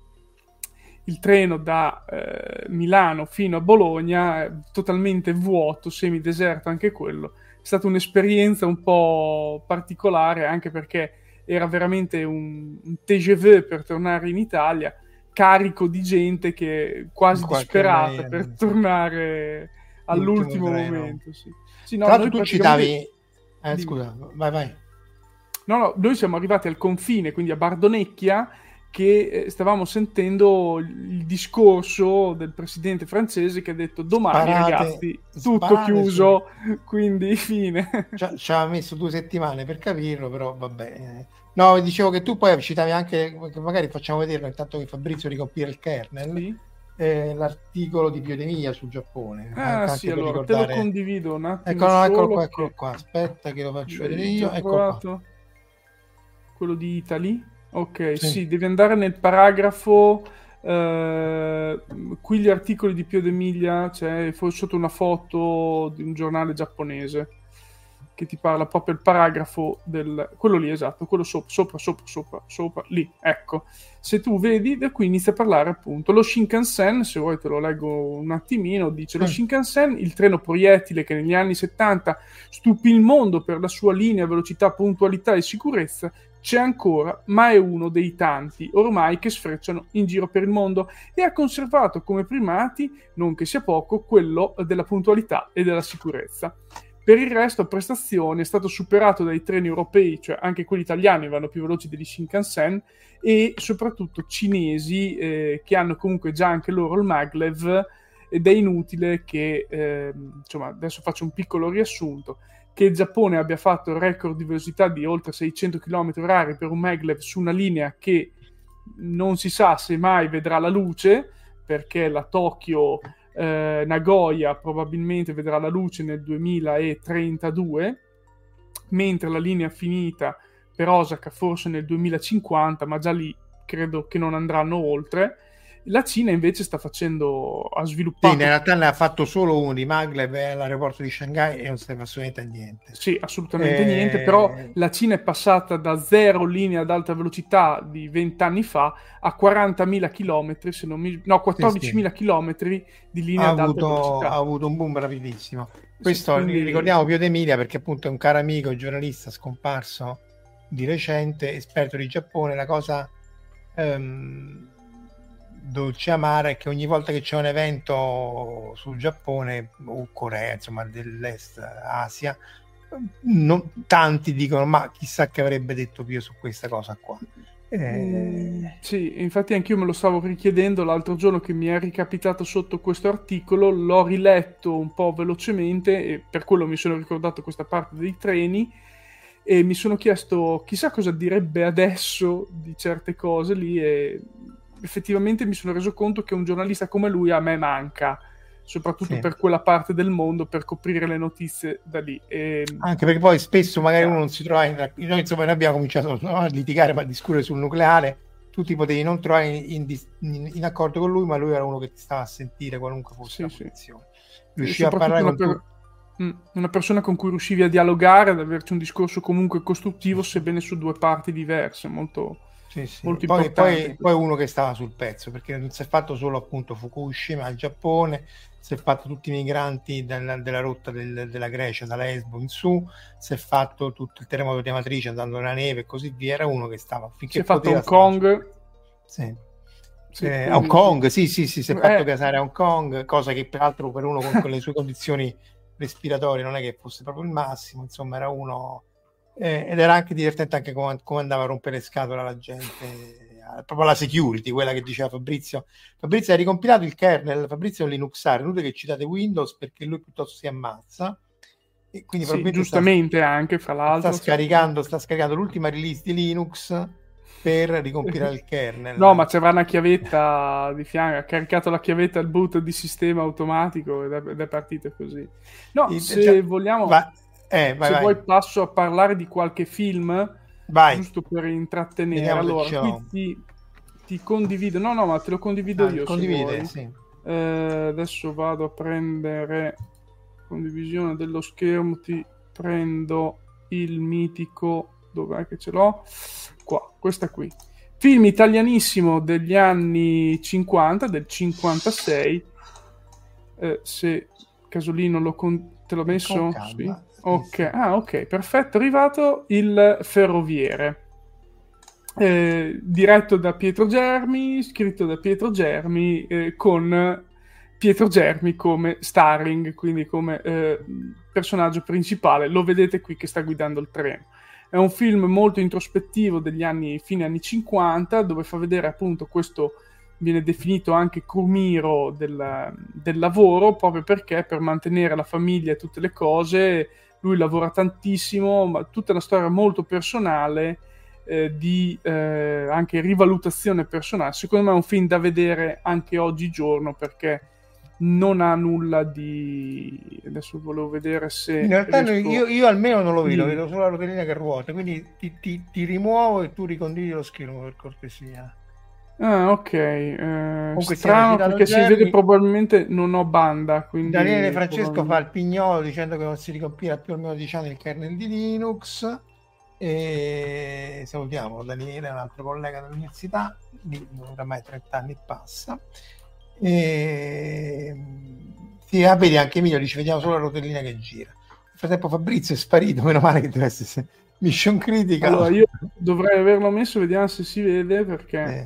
il treno da eh, Milano fino a Bologna, totalmente vuoto, semideserto anche quello. È stata un'esperienza un po' particolare, anche perché era veramente un, un T G V per tornare in Italia, carico di gente che quasi disperata maniera, per sì. tornare all'ultimo momento, sì. Sì, no, tra l'altro tu praticamente... citavi eh, scusa, vai vai no, no, noi siamo arrivati al confine, quindi a Bardonecchia, che stavamo sentendo il discorso del presidente francese che ha detto domani sparate, ragazzi tutto chiuso su... quindi fine. Ci, ci ha messo due settimane per capirlo, però vabbè. No, dicevo che tu poi citavi anche, magari facciamo vederlo intanto che Fabrizio ricompila il kernel, sì. eh, l'articolo di Pio D'Emilia sul Giappone. Ah anche sì, allora ricordare... te lo condivido un attimo. Eccolo, solo eccolo qua, che... eccolo qua, aspetta che lo faccio vedere io. Eccolo qua. Quello di Italy. Ok, sì. sì, devi andare nel paragrafo. Eh, qui gli articoli di Pio D'Emilia, c'è cioè, sotto una foto di un giornale giapponese che ti parla proprio il paragrafo del quello lì, esatto, quello sopra, sopra, sopra, sopra, sopra, lì, ecco. Se tu vedi, da qui inizia a parlare appunto lo Shinkansen, se vuoi te lo leggo un attimino, dice lo Shinkansen, il treno proiettile che negli anni settanta stupì il mondo per la sua linea, velocità, puntualità e sicurezza, c'è ancora, ma è uno dei tanti ormai che sfrecciano in giro per il mondo e ha conservato come primati, non che sia poco, quello della puntualità e della sicurezza. Per il resto, a prestazioni, è stato superato dai treni europei, cioè anche quelli italiani vanno più veloci degli Shinkansen, e soprattutto cinesi, eh, che hanno comunque già anche loro il maglev, ed è inutile che, eh, insomma, adesso faccio un piccolo riassunto, che il Giappone abbia fatto il record di velocità di oltre seicento chilometri orari per un maglev su una linea che non si sa se mai vedrà la luce, perché la Tokyo eh, Nagoya probabilmente vedrà la luce nel duemilatrentadue, mentre la linea finita per Osaka forse nel duemilacinquanta, ma già lì credo che non andranno oltre. La Cina invece sta facendo, ha sviluppato... Sì, in realtà ne ha fatto solo uno di maglev all'aeroporto di Shanghai e non serve assolutamente a niente. Sì, assolutamente eh... niente, però la Cina è passata da zero linee ad alta velocità di vent'anni fa a quarantamila chilometri, se non mi... no, quattordicimila sì, sì. chilometri di linea ha ad avuto, alta velocità. Ha avuto un boom rapidissimo. Questo sì, quindi... ricordiamo Pio D'Emilia perché appunto è un caro amico, un giornalista scomparso di recente, esperto di Giappone. La cosa... Um... dolce amara è che ogni volta che c'è un evento sul Giappone o Corea, insomma dell'Est Asia, non, tanti dicono ma chissà che avrebbe detto Pio su questa cosa qua. Eh... Sì, infatti anch'io me lo stavo richiedendo l'altro giorno che mi è ricapitato sotto questo articolo, l'ho riletto un po' velocemente e per quello mi sono ricordato questa parte dei treni e mi sono chiesto chissà cosa direbbe adesso di certe cose lì e effettivamente mi sono reso conto che un giornalista come lui a me manca, soprattutto sì. per quella parte del mondo, per coprire le notizie da lì. E... anche perché poi spesso magari uno non si trova in... noi insomma noi abbiamo cominciato no, a litigare, ma a discutere sul nucleare tu ti potevi non trovare in, in, in accordo con lui, ma lui era uno che ti stava a sentire qualunque fosse sì, la posizione. Riusciva a parlare con per... tutti. Una persona con cui riuscivi a dialogare, ad averci un discorso comunque costruttivo, sebbene su due parti diverse, molto, sì, sì. molto poi, importante. Poi, poi uno che stava sul pezzo, perché non si è fatto solo appunto Fukushima al Giappone, si è fatto tutti i migranti della, della rotta del, della Grecia, da Lesbo in su, si è fatto tutto il terremoto di Amatrice andando nella neve e così via. Era uno che stava finché si è fatto Hong Kong. Sì. Sì, eh, Hong Kong, sì, sì, sì, si è fatto eh. casare a Hong Kong, cosa che peraltro per uno con le sue condizioni respiratorie non è che fosse proprio il massimo, insomma era uno eh, ed era anche divertente anche come, come andava a rompere scatola la gente, eh, proprio la security, quella che diceva Fabrizio. Fabrizio ha ricompilato il kernel, Fabrizio è un Linuxario, inutile che citate Windows perché lui piuttosto si ammazza e quindi sì, giustamente sta, anche fra l'altro sta scaricando, sta scaricando l'ultima release di Linux per ricompilare il kernel. No, ma c'era una chiavetta di fianco, ha caricato la chiavetta al boot di sistema automatico ed è, ed è partito così. No, e, se già, vogliamo, va, eh, vai, se vai. vuoi passo a parlare di qualche film, vai. giusto per intrattenere. Vediamo allora, qui ti, ti condivido, no, no, ma te lo condivido ah, io. Condivide, se sì. eh, adesso vado a prendere condivisione dello schermo, ti prendo il mitico, dov'è che ce l'ho? Qua, questa qui. Film italianissimo degli anni cinquanta, del cinquantasei. Eh, se Casolino lo con... te l'ho messo? Sì. Ok, ah, ok, perfetto. È arrivato Il Ferroviere. Eh, diretto da Pietro Germi, scritto da Pietro Germi, eh, con Pietro Germi come starring, quindi come eh, personaggio principale. Lo vedete qui che sta guidando il treno. È un film molto introspettivo degli anni, fine anni cinquanta, dove fa vedere appunto questo, viene definito anche crumiro del, del lavoro, proprio perché per mantenere la famiglia e tutte le cose lui lavora tantissimo, ma tutta una storia molto personale, eh, di eh, anche rivalutazione personale. Secondo me è un film da vedere anche oggigiorno, perché non ha nulla di... adesso volevo vedere se in realtà riesco... io, io almeno non lo vedo, mm. vedo solo la rotellina che ruota, quindi ti, ti, ti rimuovo e tu ricondividi lo schermo per cortesia. Ah, ok, eh, strano perché Germi. Si vede probabilmente non ho banda, quindi Daniele Francesco fa il pignolo dicendo che non si ricompila più almeno dieci anni il kernel di Linux, e salutiamo Daniele, un altro collega dell'università, di oramai trenta anni passa. E sì, ah, vedi, anche Emilio dice vediamo solo la rotellina che gira. Nel frattempo Fabrizio è sparito, meno male che deve essere mission critical. Allora io dovrei averlo messo, vediamo se si vede, perché eh.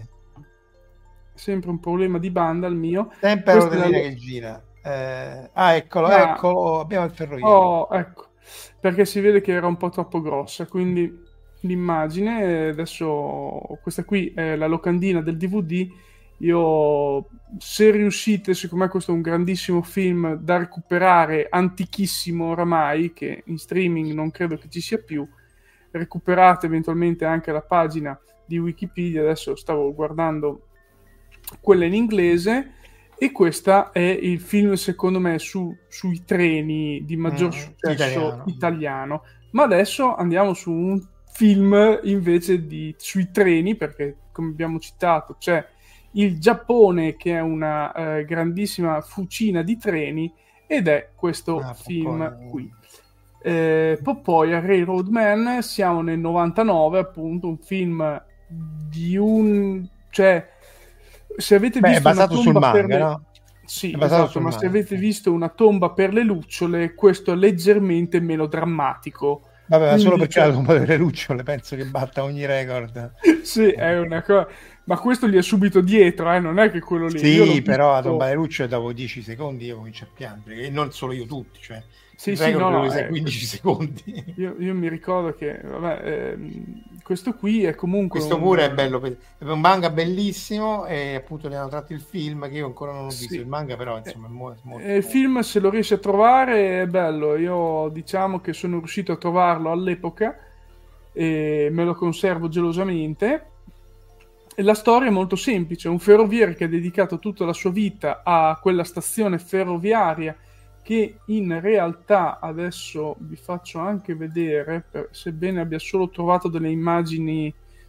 è sempre un problema di banda il mio. Sempre la rotellina la... che gira. Eh... ah eccolo, ah, eccolo, abbiamo il ferroviario. Oh, ecco, perché si vede che era un po' troppo grossa, quindi l'immagine, adesso questa qui è la locandina del D V D. Io, se riuscite, secondo me questo è un grandissimo film da recuperare, antichissimo oramai, che in streaming non credo che ci sia più. Recuperate eventualmente anche la pagina di Wikipedia, adesso stavo guardando quella in inglese, e questo è il film secondo me su, sui treni di maggior mm, successo italiano. italiano. Ma adesso andiamo su un film invece di sui treni, perché come abbiamo citato c'è il Giappone che è una eh, grandissima fucina di treni, ed è questo ah, film Popeye. qui. Eh, Popeye Railroad Man, siamo nel novantanove, appunto, un film di un... cioè, se avete Beh, visto è basato una sul tomba manga, per le... no? Sì, esatto, ma manga. Se avete visto una tomba per le lucciole, questo è leggermente meno drammatico. Vabbè, ma solo perché cioè... la tomba delle lucciole penso che batta ogni record. Sì, è una cosa... Ma questo gli è subito dietro, eh? Non è che quello lì... Sì, però la tomba delle lucciole dopo dieci secondi io comincio a piangere, e non solo io, tutti, cioè... Sì, sì, no, no, eh, quindici secondi. Io, io mi ricordo che vabbè, eh, questo qui è comunque questo un... pure è bello, è un manga bellissimo, e appunto ne hanno tratto il film che io ancora non ho visto. Sì. Il manga però insomma è molto, molto il film, se lo riesci a trovare, è bello. Io diciamo che sono riuscito a trovarlo all'epoca e me lo conservo gelosamente. E la storia è molto semplice: un ferroviere che ha dedicato tutta la sua vita a quella stazione ferroviaria, che in realtà adesso vi faccio anche vedere, per, sebbene abbia solo trovato delle immagini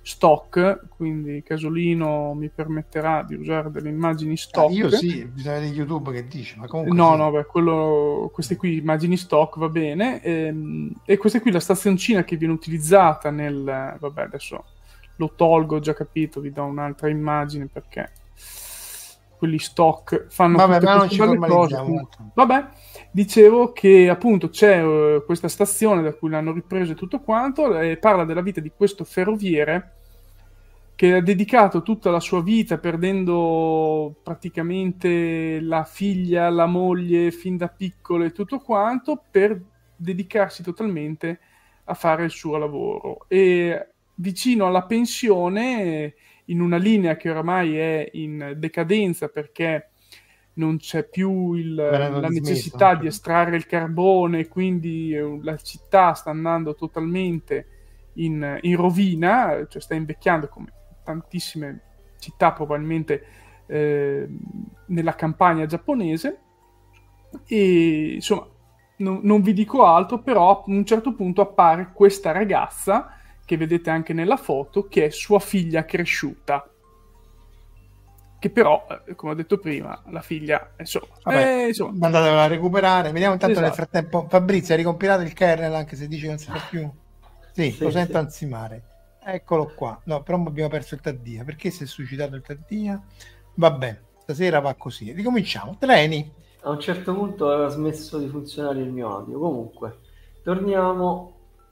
stock, quindi Casolino mi permetterà di usare delle immagini stock. Ah, io sì, bisogna vedere YouTube che dice, ma comunque no, sì. no, beh, quello, queste qui immagini stock va bene, ehm, e questa qui la stazioncina che viene utilizzata nel, vabbè adesso lo tolgo, ho già capito, vi do un'altra immagine perché quelli stock fanno vabbè, tutte ma non queste ci belle cose. formalizziamo. Vabbè, dicevo che appunto c'è uh, questa stazione da cui l'hanno ripreso e tutto quanto, e parla della vita di questo ferroviere che ha dedicato tutta la sua vita, perdendo praticamente la figlia, la moglie fin da piccolo e tutto quanto, per dedicarsi totalmente a fare il suo lavoro. E vicino alla pensione, in una linea che oramai è in decadenza perché non c'è più il, la necessità di estrarre il carbone, quindi la città sta andando totalmente in, in rovina, cioè sta invecchiando come tantissime città probabilmente eh, nella campagna giapponese. E insomma non, non vi dico altro, però a un certo punto appare questa ragazza che vedete anche nella foto, che è sua figlia cresciuta, che però, eh, come ho detto prima, la figlia insomma, vabbè, eh, insomma. andatevela a recuperare. Vediamo intanto, esatto. Nel frattempo Fabrizio ha ricompilato il kernel, anche se dice che non si fa più. Sì, sì, lo sento sì. Ansimare. Eccolo qua. No, però abbiamo perso il Taddia. Perché si è suicidato il Taddia? Vabbè, stasera va così. Ricominciamo. Treni. A un certo punto aveva smesso di funzionare il mio audio. Comunque, torniamo.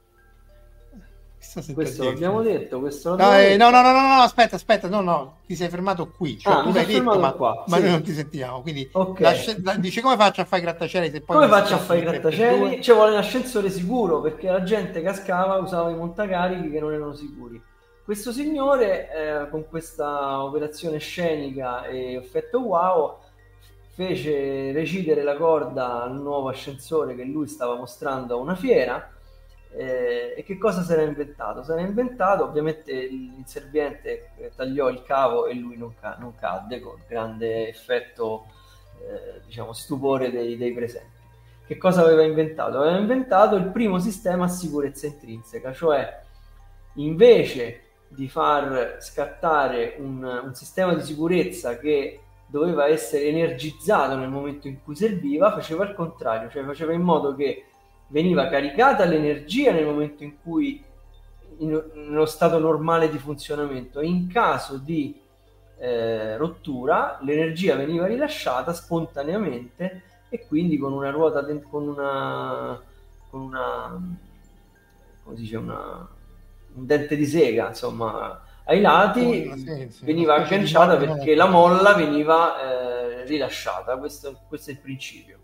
Questo l'abbiamo detto, questo l'abbiamo no, detto. Eh, no, no, no, no, no, aspetta, aspetta, no, no, ti sei fermato qui. Cioè, ah, tu mi l'hai sono detto, ma, qua. ma Sì. noi non ti sentiamo. Quindi okay. la, la, dice come faccio a fare i grattacieli se poi come faccio a fare i grattacieli? Ci vuole un ascensore sicuro, perché la gente cascava, usava i montacarichi che non erano sicuri. Questo signore eh, con questa operazione scenica e effetto wow fece recidere la corda al nuovo ascensore che lui stava mostrando a una fiera. Eh, e che cosa si era inventato? Si era inventato, ovviamente l'inserviente tagliò il cavo e lui non, ca- non cadde, con grande effetto eh, diciamo stupore dei, dei presenti. Che cosa aveva inventato? Aveva inventato il primo sistema a sicurezza intrinseca, cioè invece di far scattare un, un sistema di sicurezza che doveva essere energizzato nel momento in cui serviva, faceva il contrario, cioè faceva in modo che veniva caricata l'energia nel momento in cui in, nello stato normale di funzionamento, e in caso di eh, rottura l'energia veniva rilasciata spontaneamente, e quindi con una ruota de- con una con una come si dice una un dente di sega, insomma, ai lati oh, sì, sì, veniva agganciata perché la molla veniva eh, rilasciata. Questo, questo è il principio.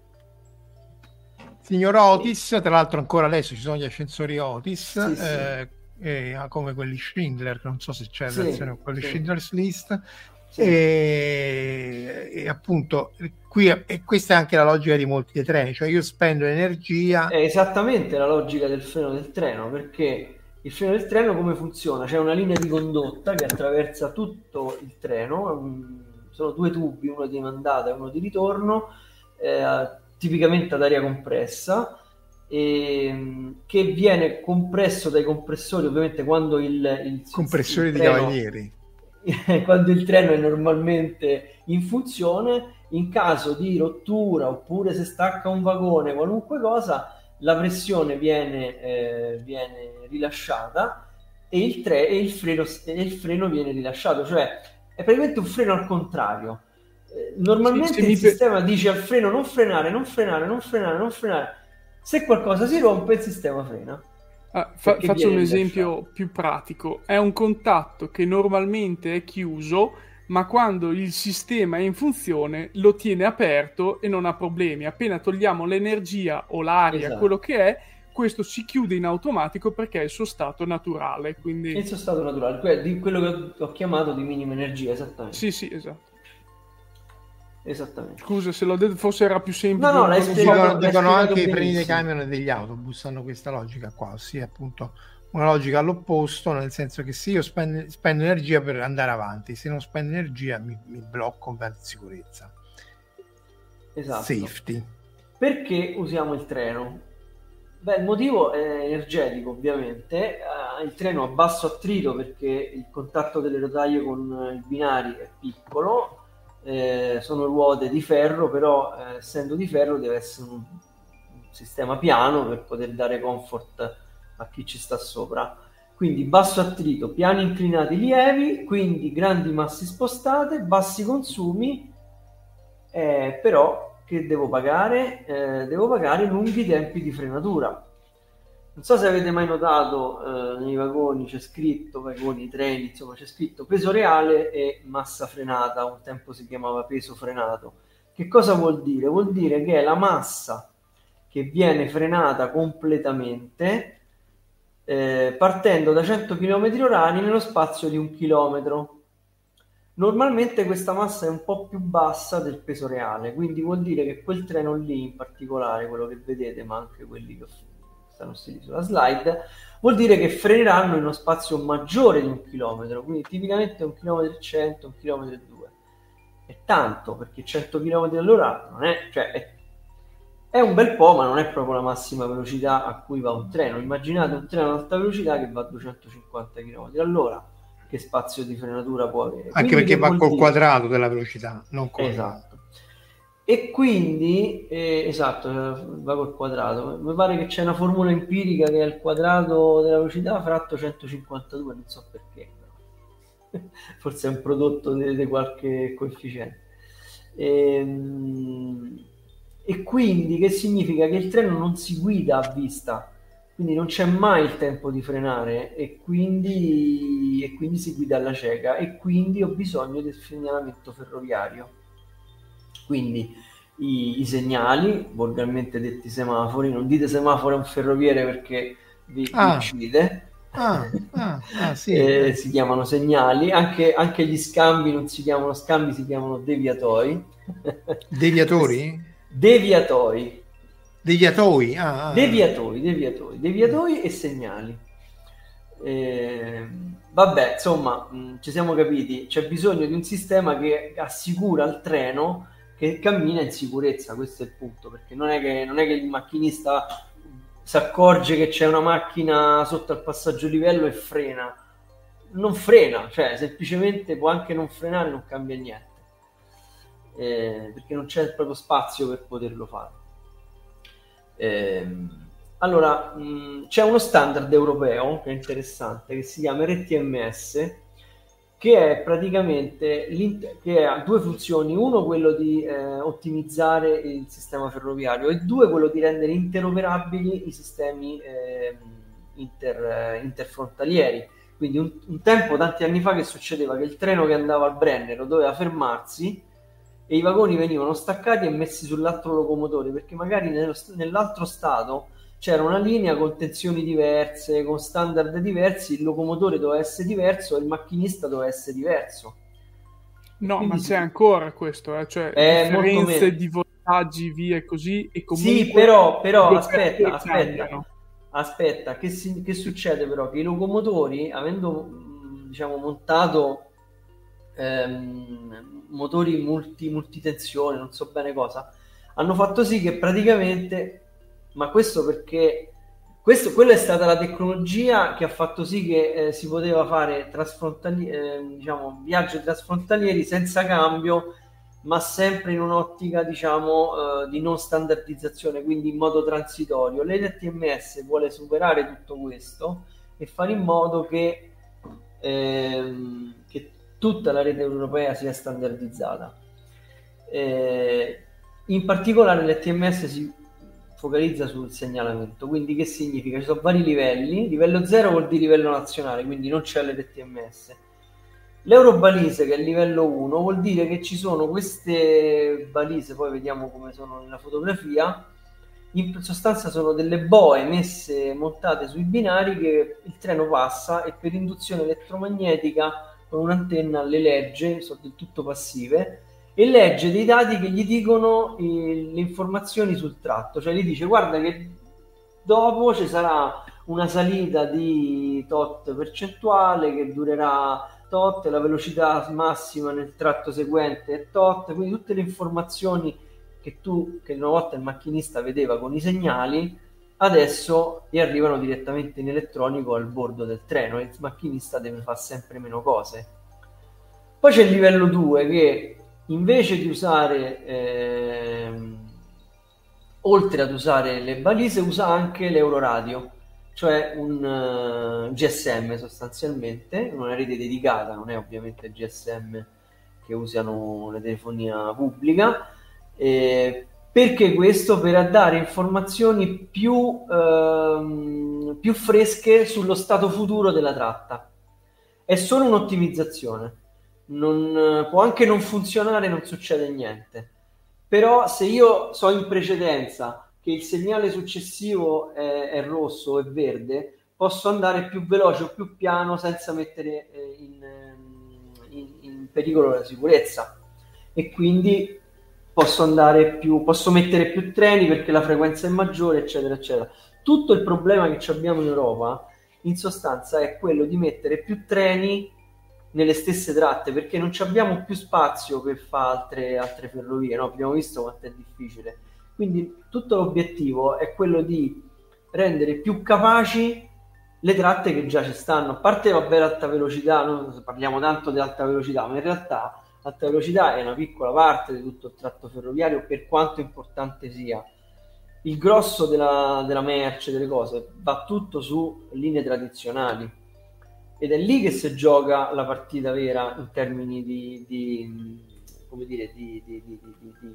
Signor Otis, tra l'altro ancora adesso ci sono gli ascensori Otis, sì, eh, sì. Eh, come quelli Schindler, non so se c'è la sì, versione con quelli sì. Schindler's List, sì. e, e appunto qui e questa è anche la logica di molti dei treni, cioè io spendo energia. È esattamente la logica del freno del treno, perché il freno del treno come funziona? C'è una linea di condotta che attraversa tutto il treno, sono due tubi, uno di mandata e uno di ritorno, eh, tipicamente ad aria compressa, e, che viene compresso dai compressori, ovviamente quando il, il compressori il di treno, cavalieri quando il treno è normalmente in funzione. In caso di rottura oppure se stacca un vagone, qualunque cosa, la pressione viene, eh, viene rilasciata e il, tre, e, il freno, e il freno viene rilasciato, cioè è praticamente un freno al contrario. Eh, normalmente sì, il sistema pe... dice al freno non frenare, non frenare, non frenare, non frenare. Se qualcosa si rompe, il sistema frena. Ah, fa, faccio un esempio rilasciato. Più pratico. È un contatto che normalmente è chiuso, ma quando il sistema è in funzione lo tiene aperto e non ha problemi. Appena togliamo l'energia o l'aria, esatto. quello che è, questo si chiude in automatico perché è il suo stato naturale. Quindi... il suo stato naturale, di quello che ho chiamato di minima energia, esattamente. Sì, sì, esatto. Esattamente. Scusa se l'ho detto, forse era più semplice. No, no, l'hai spiegato, dicono, dicono anche benissimo. I freni dei camion e degli autobus hanno questa logica qua, ossia appunto una logica all'opposto, nel senso che se io spendo, spendo energia per andare avanti, se non spendo energia mi, mi blocco per sicurezza. Esatto. Safety. Perché usiamo il treno? Beh, il motivo è energetico, ovviamente. Eh, il treno ha basso attrito perché il contatto delle rotaie con i binari è piccolo, eh, sono ruote di ferro, però eh, essendo di ferro deve essere un, un sistema piano per poter dare comfort a chi ci sta sopra. Quindi basso attrito, piani inclinati lievi, quindi grandi masse spostate, bassi consumi, eh, però che devo pagare? Eh, devo pagare lunghi tempi di frenatura. Non so se avete mai notato, eh, nei vagoni c'è scritto, vagoni, treni, insomma c'è scritto peso reale e massa frenata, un tempo si chiamava peso frenato. Che cosa vuol dire? Vuol dire che è la massa che viene frenata completamente eh, partendo da cento chilometri orari nello spazio di un chilometro. Normalmente questa massa è un po' più bassa del peso reale, quindi vuol dire che quel treno lì, in particolare quello che vedete, ma anche quelli che stanno sulla slide, vuol dire che freneranno in uno spazio maggiore di un chilometro, quindi tipicamente un chilometro e cento, un chilometro e due. È tanto, perché cento chilometri all'ora non è, cioè è, è un bel po', ma non è proprio la massima velocità a cui va un treno. Immaginate un treno ad alta velocità che va a duecentocinquanta chilometri all'ora. Che spazio di frenatura può avere. Anche Quindi perché va col dire... quadrato della velocità, non col... Esatto. E quindi, eh, esatto, va col quadrato. Mi pare che c'è una formula empirica che è il quadrato della velocità fratto centocinquantadue, non so perché. Però. Forse è un prodotto di, di qualche coefficiente. E, e quindi che significa? Che il treno non si guida a vista, quindi non c'è mai il tempo di frenare e quindi, e quindi si guida alla cieca e quindi ho bisogno del segnalamento ferroviario. Quindi i, i segnali, volgarmente detti semafori, non dite semaforo a un ferroviere perché vi, ah. vi uccide, ah, ah, ah, sì. eh, si chiamano segnali, anche, anche gli scambi non si chiamano scambi, si chiamano deviatori. Deviatori? Deviatori. Deviatoi, ah, ah. deviatoi, deviatoi, deviatoi e segnali. Eh, vabbè, insomma, mh, ci siamo capiti. C'è bisogno di un sistema che assicura al treno che cammina in sicurezza. Questo è il punto, perché non è che, non è che il macchinista si accorge che c'è una macchina sotto al passaggio livello e frena. Non frena, cioè semplicemente può anche non frenare, non cambia niente, eh, perché non c'è proprio spazio per poterlo fare. Eh, allora mh, c'è uno standard europeo che è interessante, che si chiama R T M S, che è praticamente che ha due funzioni: uno quello di eh, ottimizzare il sistema ferroviario e due quello di rendere interoperabili i sistemi eh, inter, interfrontalieri. Quindi un, un tempo, tanti anni fa, che succedeva che il treno che andava al Brennero doveva fermarsi e i vagoni venivano staccati e messi sull'altro locomotore, perché magari nello, nell'altro stato c'era una linea con tensioni diverse, con standard diversi, il locomotore doveva essere diverso e il macchinista doveva essere diverso. No, Quindi ma sì, c'è ancora questo, eh? Cioè è differenze di voltaggi, via e così, e comunque... Sì, però, però le aspetta, carte aspetta, cambiano. aspetta, che, si, che succede però? Che i locomotori, avendo mh, diciamo montato ehm, motori multi, multitensione, non so bene cosa, hanno fatto sì che praticamente, ma questo perché questo, quella è stata la tecnologia che ha fatto sì che eh, si poteva fare trasfrontali- eh, diciamo, viaggi trasfrontalieri senza cambio, ma sempre in un'ottica diciamo eh, di non standardizzazione, quindi in modo transitorio. L'R T M S vuole superare tutto questo e fare in modo che, ehm, che tutta la rete europea sia standardizzata. Eh, in particolare l'R T M S si focalizza sul segnalamento. Quindi che significa? Ci sono vari livelli. Livello zero vuol dire livello nazionale, quindi non c'è l'R T M S. L'Eurobalise, che è il livello uno, vuol dire che ci sono queste balise, poi vediamo come sono nella fotografia. In sostanza sono delle boe messe, montate sui binari, che il treno passa e per induzione elettromagnetica con un'antenna le legge, sono del tutto passive, e legge dei dati che gli dicono eh, le informazioni sul tratto. Cioè gli dice: guarda che dopo ci sarà una salita di tot percentuale che durerà tot, la velocità massima nel tratto seguente è tot. Quindi tutte le informazioni che tu, che una volta il macchinista vedeva con i segnali, adesso gli arrivano direttamente in elettronico al bordo del treno e il macchinista deve fare sempre meno cose. Poi c'è il livello due che invece di usare ehm, oltre ad usare le balise usa anche l'Euroradio, cioè un uh, G S M sostanzialmente, una rete dedicata, non è ovviamente il G S M che usano la telefonia pubblica. Eh, perché questo? Per dare informazioni più, ehm, più fresche sullo stato futuro della tratta. È solo un'ottimizzazione, non, può anche non funzionare, non succede niente, però se io so in precedenza che il segnale successivo è, è rosso o è verde, posso andare più veloce o più piano senza mettere eh, in, in, in pericolo la sicurezza, e quindi posso andare più, posso mettere più treni perché la frequenza è maggiore, eccetera, eccetera. Tutto il problema che abbiamo in Europa, in sostanza, è quello di mettere più treni nelle stesse tratte, perché non abbiamo più spazio per fare altre, altre ferrovie, no? Abbiamo visto quanto è difficile. Quindi tutto l'obiettivo è quello di rendere più capaci le tratte che già ci stanno. A parte, vabbè, l'alta velocità, noi parliamo tanto di alta velocità, ma in realtà l'alta velocità è una piccola parte di tutto il tratto ferroviario, per quanto importante sia. Il grosso della, della merce, delle cose, va tutto su linee tradizionali, ed è lì che si gioca la partita vera in termini di, di come dire, di, di, di, di, di,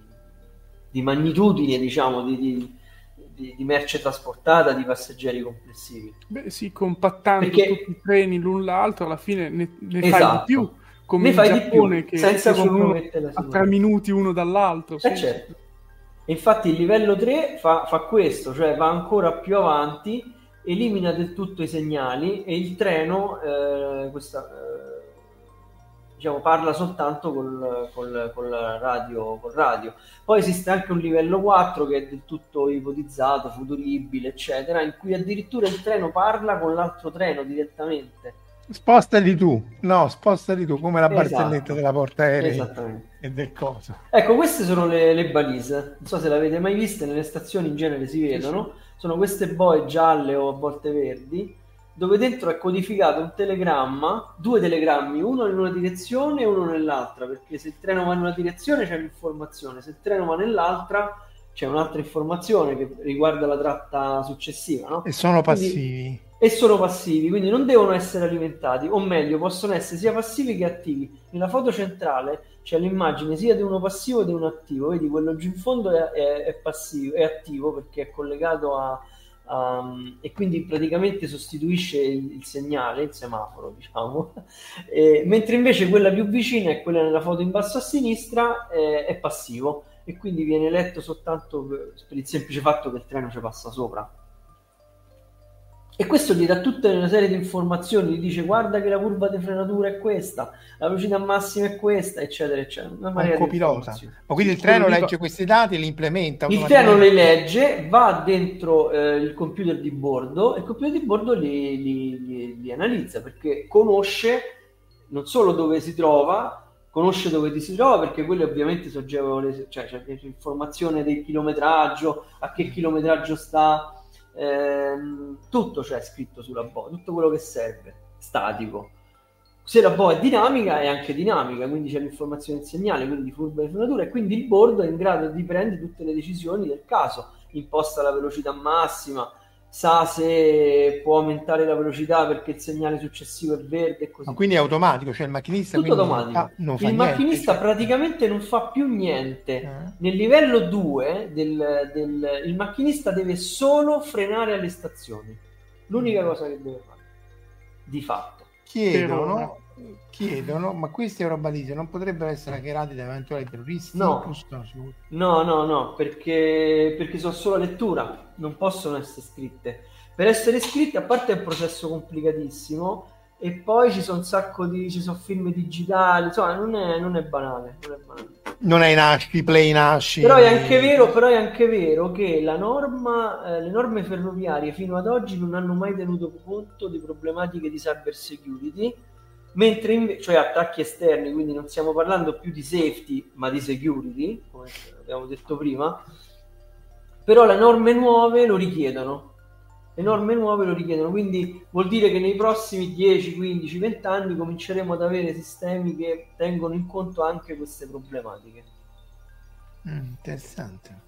di magnitudine, diciamo, di, di, di, di merce trasportata, di passeggeri complessivi. Beh sì, compattando Perché... tutti i treni l'un l'altro, alla fine ne, ne esatto. fai di più. Come ne fai in Giappone, di più, che senza che sono compromettere la a tre minuti uno dall'altro. Eh, sì. certo. Infatti il livello tre fa, fa questo, cioè va ancora più avanti, elimina del tutto i segnali, e il treno eh, questa, eh, diciamo, parla soltanto col, col, col, radio, col radio. Poi esiste anche un livello quattro che è del tutto ipotizzato, futuribile, eccetera, in cui addirittura il treno parla con l'altro treno direttamente. Spostali tu, no, spostali tu, come la Esatto. barzelletta della portaerei Esattamente. e del coso. Ecco, queste sono le, le balise, non so se le avete mai viste, nelle stazioni in genere si vedono, sono queste boe gialle o a volte verdi, dove dentro è codificato un telegramma, due telegrammi, uno in una direzione e uno nell'altra, perché se il treno va in una direzione c'è un'informazione, se il treno va nell'altra c'è un'altra informazione che riguarda la tratta successiva, no? E sono Quindi, passivi. e sono passivi, quindi non devono essere alimentati, o meglio, possono essere sia passivi che attivi. Nella foto centrale c'è l'immagine sia di uno passivo che di uno attivo, vedi quello giù in fondo è, è, è passivo, è attivo perché è collegato a, a e quindi praticamente sostituisce il, il segnale, il semaforo, diciamo, e, mentre invece quella più vicina è quella nella foto in basso a sinistra, è, è passivo, e quindi viene letto soltanto per, per il semplice fatto che il treno ci passa sopra. E questo gli dà tutta una serie di informazioni, gli dice guarda che la curva di frenatura è questa, la velocità massima è questa, eccetera, eccetera. Una un copilota. Ma quindi il sì, treno legge dico... questi dati e li implementa? Il treno li legge, va dentro eh, il computer di bordo, e il computer di bordo li, li, li, li analizza, perché conosce non solo dove si trova, conosce dove ti si trova, perché quelle ovviamente sono cioè c'è l'informazione del chilometraggio, a che chilometraggio sta. Ehm, tutto c'è scritto sulla boa, tutto quello che serve, statico. Se la boa è dinamica è anche dinamica, quindi c'è l'informazione del segnale, quindi curva di frenatura, e quindi il bordo è in grado di prendere tutte le decisioni del caso, imposta la velocità massima, sa se può aumentare la velocità perché il segnale successivo è verde e così. Ma quindi è automatico, cioè il macchinista tutto automatico. Non fa, non fa il niente, macchinista cioè... praticamente non fa più niente. Eh. Nel livello due del, del, il macchinista deve solo frenare alle stazioni, l'unica cosa che deve fare di fatto. Chiedono, chiedono, ma questi eurobalise non potrebbero essere hackerati da eventuali terroristi? No, no, no, no, perché, perché sono solo lettura, non possono essere scritte. Per essere scritte, a parte è un processo complicatissimo, e poi ci sono un sacco di, ci sono film digitali, insomma, non è, non è banale, non è banale. Non è in asci, play in asci. Però è anche vero, però è anche vero che la norma, eh, le norme ferroviarie fino ad oggi non hanno mai tenuto conto di problematiche di cyber security, mentre invece, cioè attacchi esterni, quindi non stiamo parlando più di safety, ma di security, come abbiamo detto prima. Però le norme nuove lo richiedono, le norme nuove lo richiedono, quindi vuol dire che nei prossimi dieci, quindici, venti anni cominceremo ad avere sistemi che tengono in conto anche queste problematiche. Mm, interessante.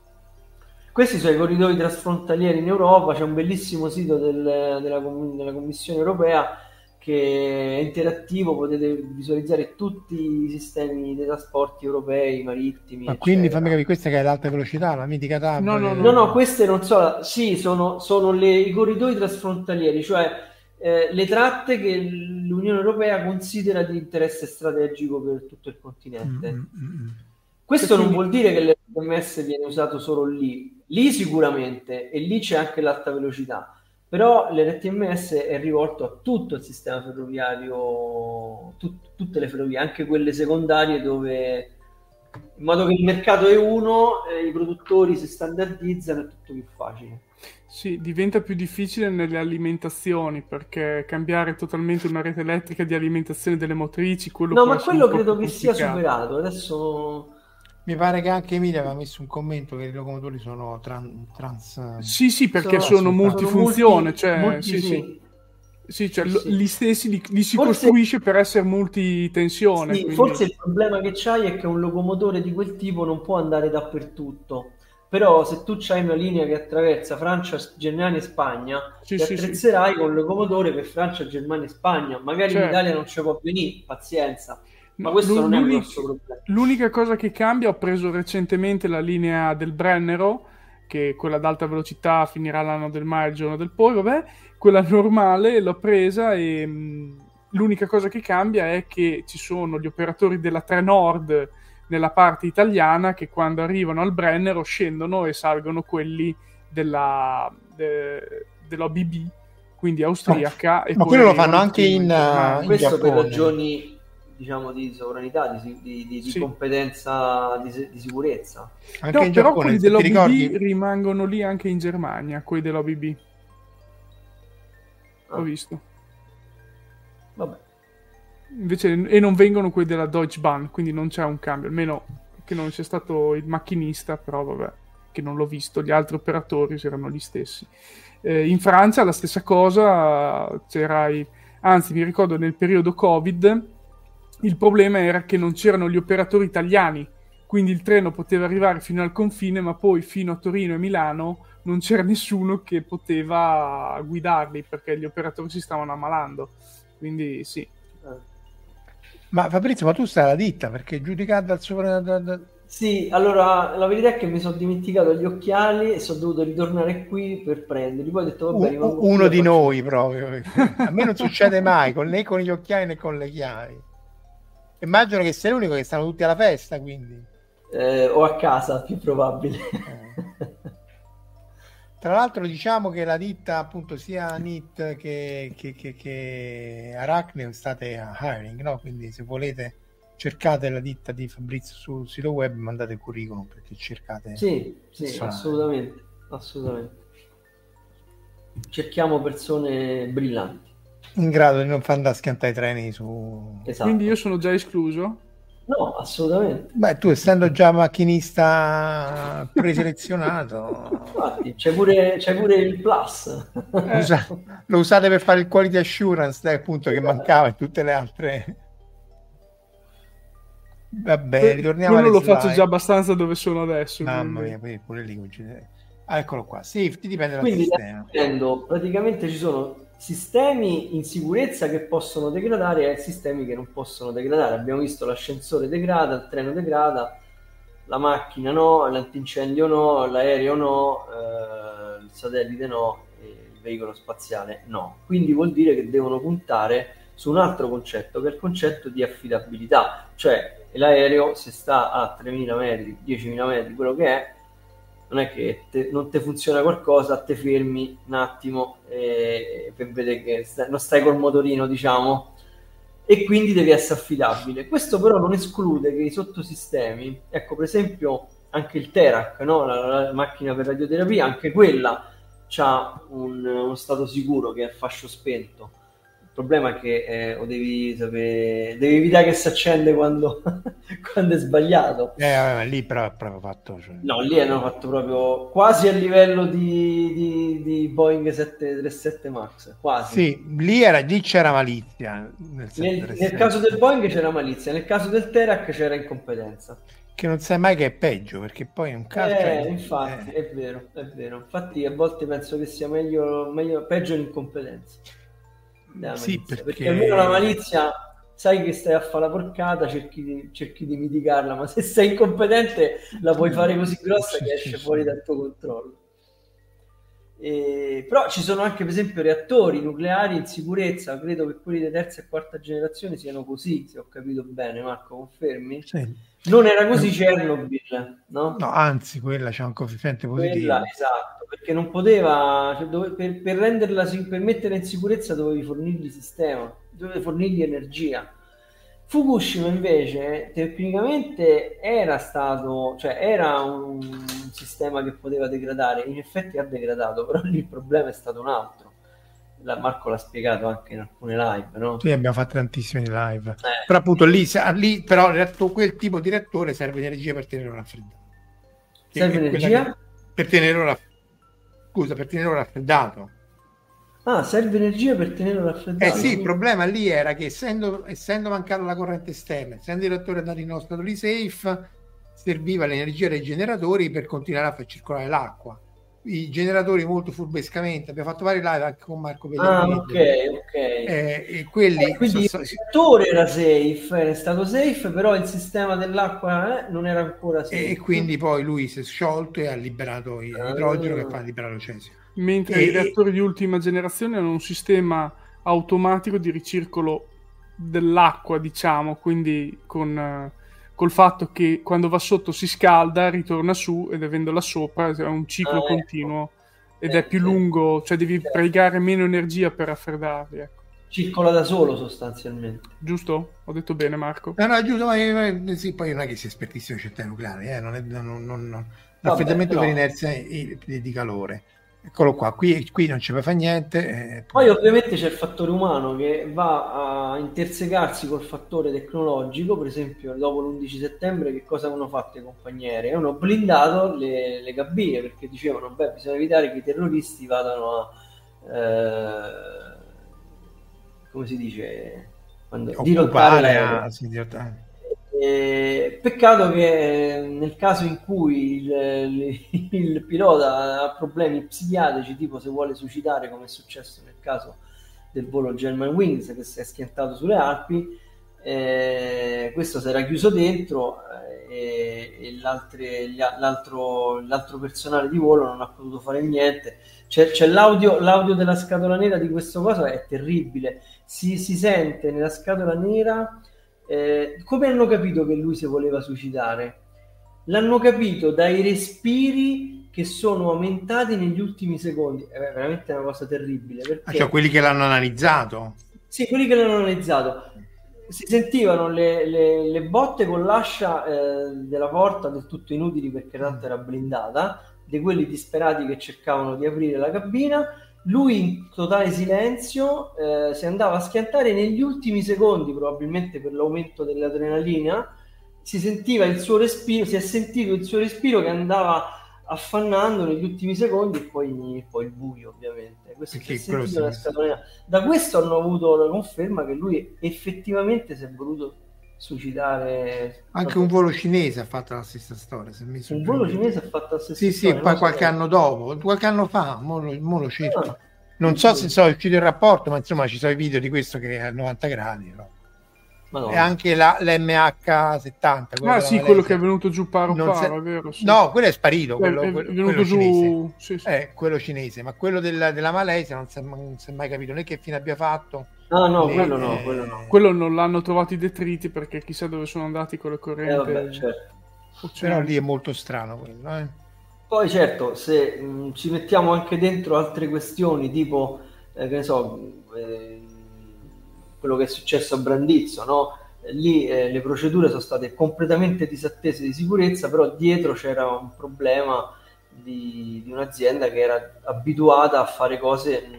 Questi sono i corridoi transfrontalieri in Europa, c'è un bellissimo sito del, della, della Commissione Europea che è interattivo, potete visualizzare tutti i sistemi dei trasporti europei, marittimi. Ma quindi eccetera. fammi capire, questa che è l'alta velocità, la mitica T A V? No, no, No, no, queste non sono, sì, sono, sono le, i corridoi trasfrontalieri, cioè eh, le tratte che l'Unione Europea considera di interesse strategico per tutto il continente. Mm, mm, mm. Questo Quindi... non vuol dire che l'R T M S viene usato solo lì, lì sicuramente, e lì c'è anche l'alta velocità, però l'R T M S è rivolto a tutto il sistema ferroviario, tut, tutte le ferrovie, anche quelle secondarie, dove in modo che il mercato è uno, eh, i produttori si standardizzano, è tutto più facile. Sì, diventa più difficile nelle alimentazioni, perché cambiare totalmente una rete elettrica di alimentazione delle motrici, quello No, può ma essere quello un po' credo più che sia complicato. superato. Adesso Mi pare che anche Emilia aveva messo un commento che i locomotori sono tran- trans... Sì, sì, perché Sono- sono, sono multifunzione, multi- cioè multi- sì, sì. sì. Sì, cioè Sì, lo- sì. gli stessi li, li si Forse- costruisce per essere multitensione. Sì, quindi... forse il problema che c'hai è che un locomotore di quel tipo non può andare dappertutto. Però se tu c'hai una linea che attraversa Francia, Germania e Spagna, Sì, ti sì, sì. attrezzerai con un locomotore per Francia, Germania e Spagna. Magari Certo. in Italia non ci può venire, pazienza. Ma No, questo l'u- non è un l'unic- grosso problema. L'unica cosa che cambia, ho preso recentemente la linea del Brennero, che è quella ad alta velocità, finirà l'anno del mare, il giorno del poi, vabbè, quella normale l'ho presa e mh, l'unica cosa che cambia è che ci sono gli operatori della Trenord nella parte italiana che quando arrivano al Brennero scendono e salgono quelli della, de- dell'O B B, quindi austriaca. e Ma poi quello lo arrivano fanno anche fino in, Germania. in Questo per Giappone. ragioni, diciamo, di sovranità, di, di- di- di Sì. competenza, di, di sicurezza. Anche No, in però Giappone, quelli se ti dell'O B B ricordi... rimangono lì anche in Germania, quelli dell'O B B. Ho Ah, visto. vabbè. Invece, e non vengono quelli della Deutsche Bahn, quindi non c'è un cambio, almeno che non sia stato il macchinista, però vabbè, che non l'ho visto, gli altri operatori erano gli stessi. Eh, in Francia la stessa cosa, c'era i- anzi mi ricordo nel periodo Covid, il problema era che non c'erano gli operatori italiani, quindi il treno poteva arrivare fino al confine, ma poi fino a Torino e Milano non c'era nessuno che poteva guidarli, perché gli operatori si stavano ammalando, quindi sì. Eh. Ma Fabrizio, ma tu stai alla ditta, perché giudicato dal sopra... da- da- Sì, allora la verità è che mi sono dimenticato gli occhiali e sono dovuto ritornare qui per prenderli. Poi ho detto, vabbè, u- rimango qui uno e di faccio- noi proprio. perché A me non succede mai, con, né con gli occhiali né con le chiavi. Immagino che sei l'unico che stanno tutti alla festa, quindi... Eh, o a casa, più probabile. Eh. Tra l'altro diciamo che la ditta appunto sia N I T che, che, che, che Arachne state a hiring, no? Quindi se volete cercate la ditta di Fabrizio sul sito web, mandate il curriculum perché cercate... Sì, sì, Personale. assolutamente, assolutamente. Cerchiamo persone brillanti. in grado di non far andare a schiantare i treni su... Esatto. Quindi io sono già escluso? No, assolutamente. Beh, tu essendo già macchinista preselezionato, Infatti, c'è pure, c'è pure il plus. Eh, usa- lo usate per fare il quality assurance, dai, appunto, che mancava in tutte le altre. Vabbè, ritorniamo quello alle lo faccio slide. già abbastanza dove sono adesso. Mamma quindi- mia, poi pure lì coincide. Ah, eccolo qua. Sì, ti dipende dal Quindi sistema. dicendo, praticamente ci sono sistemi in sicurezza che possono degradare e sistemi che non possono degradare. Abbiamo visto l'ascensore degrada, il treno degrada, la macchina no, l'antincendio no, l'aereo no, eh, il satellite no, e il veicolo spaziale no. Quindi vuol dire che devono puntare su un altro concetto, che è il concetto di affidabilità. Cioè l'aereo, se sta a tremila metri, diecimila metri, quello che è, non è che te, non ti funziona qualcosa, te fermi un attimo e, per vedere che stai, non stai col motorino, diciamo, e quindi devi essere affidabile. Questo però non esclude che i sottosistemi, ecco per esempio anche il Terac, no? la, la macchina per radioterapia, anche quella ha un, uno stato sicuro che è a fascio spento. problema è che eh, o devi sapere, devi evitare che si accende quando, quando è sbagliato. Eh, vabbè, lì però è proprio fatto. Cioè... No, lì hanno fatto proprio quasi a livello di, di, di Boeing sette trentasette Max. Quasi. Sì, lì, era, lì c'era malizia. Nel, Nel, nel caso del Boeing c'era malizia, nel caso del Terac c'era incompetenza. Che non sai mai che è peggio, perché poi è un caso. Eh, cioè, infatti, eh. è vero, è vero. Infatti a volte penso che sia meglio, meglio peggio l'incompetenza. Sì, perché... perché... perché almeno la malizia sai che stai a fare la porcata, cerchi di, cerchi di mitigarla, ma se sei incompetente la puoi fare così grossa sì, che esce sì, fuori sì. dal tuo controllo. E... però ci sono anche per esempio reattori nucleari in sicurezza, credo che quelli di terza e quarta generazione siano così, se ho capito bene. Marco, confermi? Sì. Non era così Chernobyl, no? No, anzi, quella c'è un coefficiente positivo. Quella, esatto, perché non poteva, cioè, dove, per, per renderla, per metterla in sicurezza dovevi fornirgli sistema, dovevi fornirgli energia. Fukushima invece tecnicamente era stato, cioè era un, un sistema che poteva degradare, in effetti ha degradato, però lì il problema è stato un altro. La, Marco l'ha spiegato anche in alcune live, no? Sì, abbiamo fatto tantissime live. Eh. Però appunto lì, lì però quel tipo di reattore serve energia per tenerlo raffreddato. Serve energia? Che, per tenerlo raffreddato. Scusa, per tenerlo raffreddato. Ah, serve energia per tenerlo raffreddato? Eh sì, il problema lì era che essendo, essendo mancata la corrente esterna, essendo il reattore andato in uno stato di safe, serviva l'energia dei generatori per continuare a far circolare l'acqua. I generatori molto furbescamente, abbiamo fatto vari live anche con Marco Pellegrini. Ah, ok, ok. Eh, e quelli eh, quindi sono... il reattore era safe, era stato safe, però il sistema dell'acqua eh, non era ancora safe. E quindi poi lui si è sciolto e ha liberato l'idrogeno ah. che fa liberare lo cesio. Mentre e... i reattori di ultima generazione hanno un sistema automatico di ricircolo dell'acqua, diciamo, quindi con... col fatto che quando va sotto si scalda, ritorna su ed avendola sopra è un ciclo ah, continuo ecco. ed eh, è più sì. lungo, cioè devi certo. pregare meno energia per raffreddarli. Ecco. Circola da solo sostanzialmente. Giusto? Ho detto bene, Marco? No, no, giusto, ma eh, sì, poi non è che sia espertissimo di centrali nucleari, eh, non è non, non, non. Raffreddamento Vabbè, però... per inerzia di calore. Eccolo qua, qui, qui non ci fa niente. Eh, poi ovviamente c'è il fattore umano che va a intersecarsi col fattore tecnologico. Per esempio dopo l'undici settembre che cosa hanno fatto i compagnieri? Hanno blindato le, le cabine perché dicevano beh bisogna evitare che i terroristi vadano a eh, come si dice quando, dirottare a, sì, dirottare. Eh, peccato che nel caso in cui il, il pilota ha problemi psichiatrici, tipo se vuole suicidare, come è successo nel caso del volo Germanwings che si è schiantato sulle Alpi, eh, questo si era chiuso dentro eh, e l'altro, l'altro personale di volo non ha potuto fare niente. C'è, c'è l'audio, l'audio della scatola nera di questo caso è terribile, si, si sente nella scatola nera. Eh, come hanno capito che lui si voleva suicidare? L'hanno capito dai respiri che sono aumentati negli ultimi secondi. È veramente una cosa terribile. Perché... Ah, cioè quelli che l'hanno analizzato? Sì, quelli che l'hanno analizzato. Si sentivano le, le, le botte con l'ascia eh, della porta del tutto inutili perché tanto era blindata, di quelli disperati che cercavano di aprire la cabina. Lui in totale silenzio eh, si andava a schiantare negli ultimi secondi, probabilmente per l'aumento dell'adrenalina, si sentiva il suo respiro, si è sentito il suo respiro che andava affannando negli ultimi secondi e poi, poi il buio ovviamente. Questo si è sentito nella scatolina. Da questo hanno avuto la conferma che lui effettivamente si è voluto suicidare. Anche un volo cinese ha fatto la stessa storia. Se mi un volo cinese ha fatto la stessa sì, storia. Sì, sì, poi qualche so anno dopo, qualche anno fa, mo lo, mo lo cerco. Ah, non so se so, è uscito il rapporto, ma insomma ci sono i video di questo che è a novanta gradi. No? E anche la, l'M H settanta. Ah sì, quello che è venuto giù paro paro, se... è vero? Sì. No, quello è sparito, quello, è, è quello, venuto quello giù... cinese. Sì, sì. Eh, quello cinese, ma quello della, della Malesia non si, è, non si è mai capito né che fine abbia fatto. Ah no, né, quello no, eh... quello no. Quello non l'hanno trovato i detriti perché chissà dove sono andati con le correnti. Eh, vabbè, certo. Però lì è molto strano quello, eh. Poi certo, se mh, ci mettiamo anche dentro altre questioni, tipo, eh, che ne so, eh, quello che è successo a Brandizzo, no? Lì eh, le procedure sono state completamente disattese di sicurezza, però dietro c'era un problema di, di un'azienda che era abituata a fare cose mh,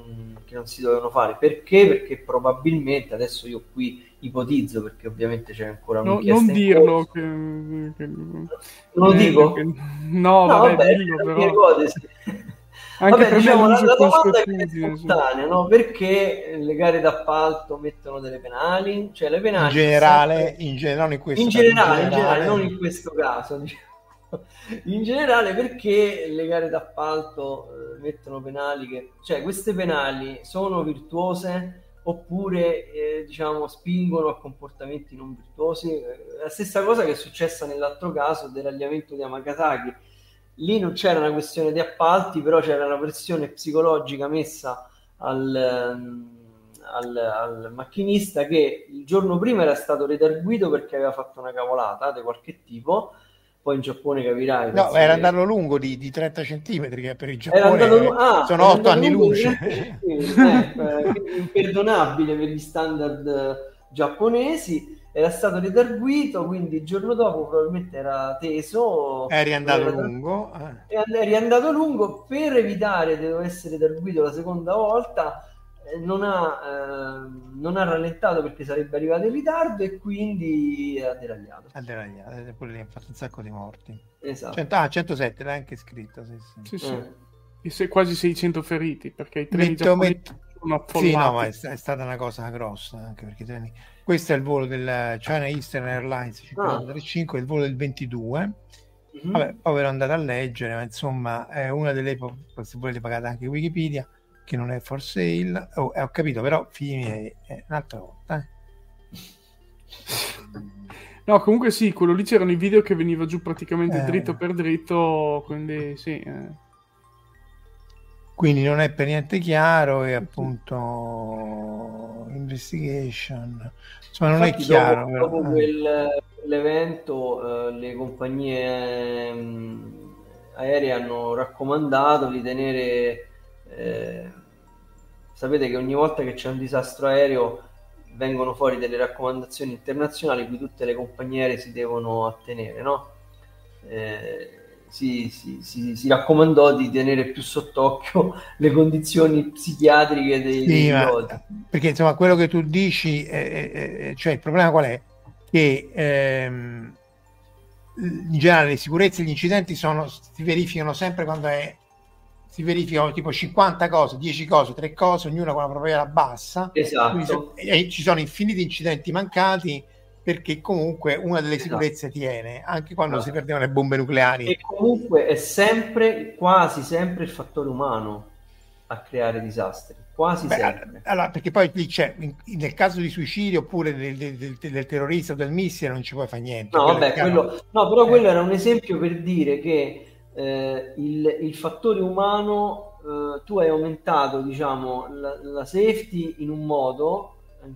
che non si dovevano fare. Perché? Perché probabilmente, adesso io qui ipotizzo, perché ovviamente c'è ancora no, un'inchiesta non in dirlo corso. che, che... Non lo eh, dico? che... no, No, vabbè, vabbè, dillo è una però. mia ipotesi. Anche Vabbè, per diciamo, me la, l'uso la è domanda è consuetudine, sì. spontanea, no? Perché le gare d'appalto mettono delle penali? Cioè le penali in generale, sempre... in, ge- non in questo in, caso, generale, in in generale, generale, non in questo caso, diciamo. In generale, perché le gare d'appalto eh, mettono penali che... Cioè, queste penali sono virtuose oppure, eh, diciamo, spingono a comportamenti non virtuosi? Eh, la stessa cosa che è successa nell'altro caso del ragliamento di Amagasaki. Lì non c'era una questione di appalti, però c'era una pressione psicologica messa al, al, al macchinista, che il giorno prima era stato redarguito perché aveva fatto una cavolata di qualche tipo. Poi in Giappone capirai, no, penso era che... andato lungo di, di trenta centimetri, che per il Era Giappone andato, ah, sono era otto andato anni lungo di luce. trenta centimetri, eh, quindi imperdonabile per gli standard giapponesi. Era stato redarguito, quindi il giorno dopo probabilmente era teso, È riandato era lungo. e è riandato lungo per evitare di dover essere redarguito la seconda volta. Eh, non ha eh, non ha rallentato perché sarebbe arrivato in ritardo e quindi ha deragliato. Ha deragliato, pure lì ha fatto un sacco di morti. Esatto. Cento, ah, centosette l'ha anche scritto. Sì, sì. Sì, sì. Eh. E se quasi seicento feriti, perché i treni Metto, giapponesi metto... sono affollati. Sì, no, ma è, è stata una cosa grossa, anche perché i treni... Questo è il volo del China Eastern Airlines cinquecentotrentacinque, ah. il volo del ventidue. Mm-hmm. Vabbè, poi ve l'ho andato a leggere, ma insomma è una delle, se volete pagate anche Wikipedia, che non è for sale. Oh, eh, ho capito, però figli miei, è un'altra volta. Eh. No, comunque sì, quello lì c'erano i video che veniva giù praticamente Eh. dritto per dritto, quindi sì. Eh. Quindi non è per niente chiaro e appunto investigation, insomma non Infatti, è chiaro. Dopo, però, dopo eh. quel, quell'evento eh, le compagnie mh, aeree hanno raccomandato di tenere, eh, sapete che ogni volta che c'è un disastro aereo vengono fuori delle raccomandazioni internazionali cui tutte le compagnie aeree si devono attenere, no? Eh, Si, si, si, si raccomandò di tenere più sott'occhio le condizioni psichiatriche dei, Sì, dei ma, piloti. perché insomma quello che tu dici, è, è, è, cioè il problema qual è? Che ehm, in generale le sicurezze e gli incidenti sono, si verificano sempre quando è, si verificano tipo cinquanta cose, dieci cose, tre cose, ognuna con una probabilità bassa. Esatto. Quindi, e ci sono infiniti incidenti mancati, perché comunque una delle Esatto. sicurezze tiene, anche quando Esatto. si perdevano le bombe nucleari. E comunque è sempre, quasi sempre il fattore umano a creare disastri, quasi Beh, sempre. allora, perché poi lì c'è, nel caso di suicidio oppure del, del, del, del terrorista o del missile non ci puoi fare niente. No, quello vabbè, quello, no, però eh. quello era un esempio per dire che eh, il, il fattore umano, eh, tu hai aumentato, diciamo, la, la safety in un modo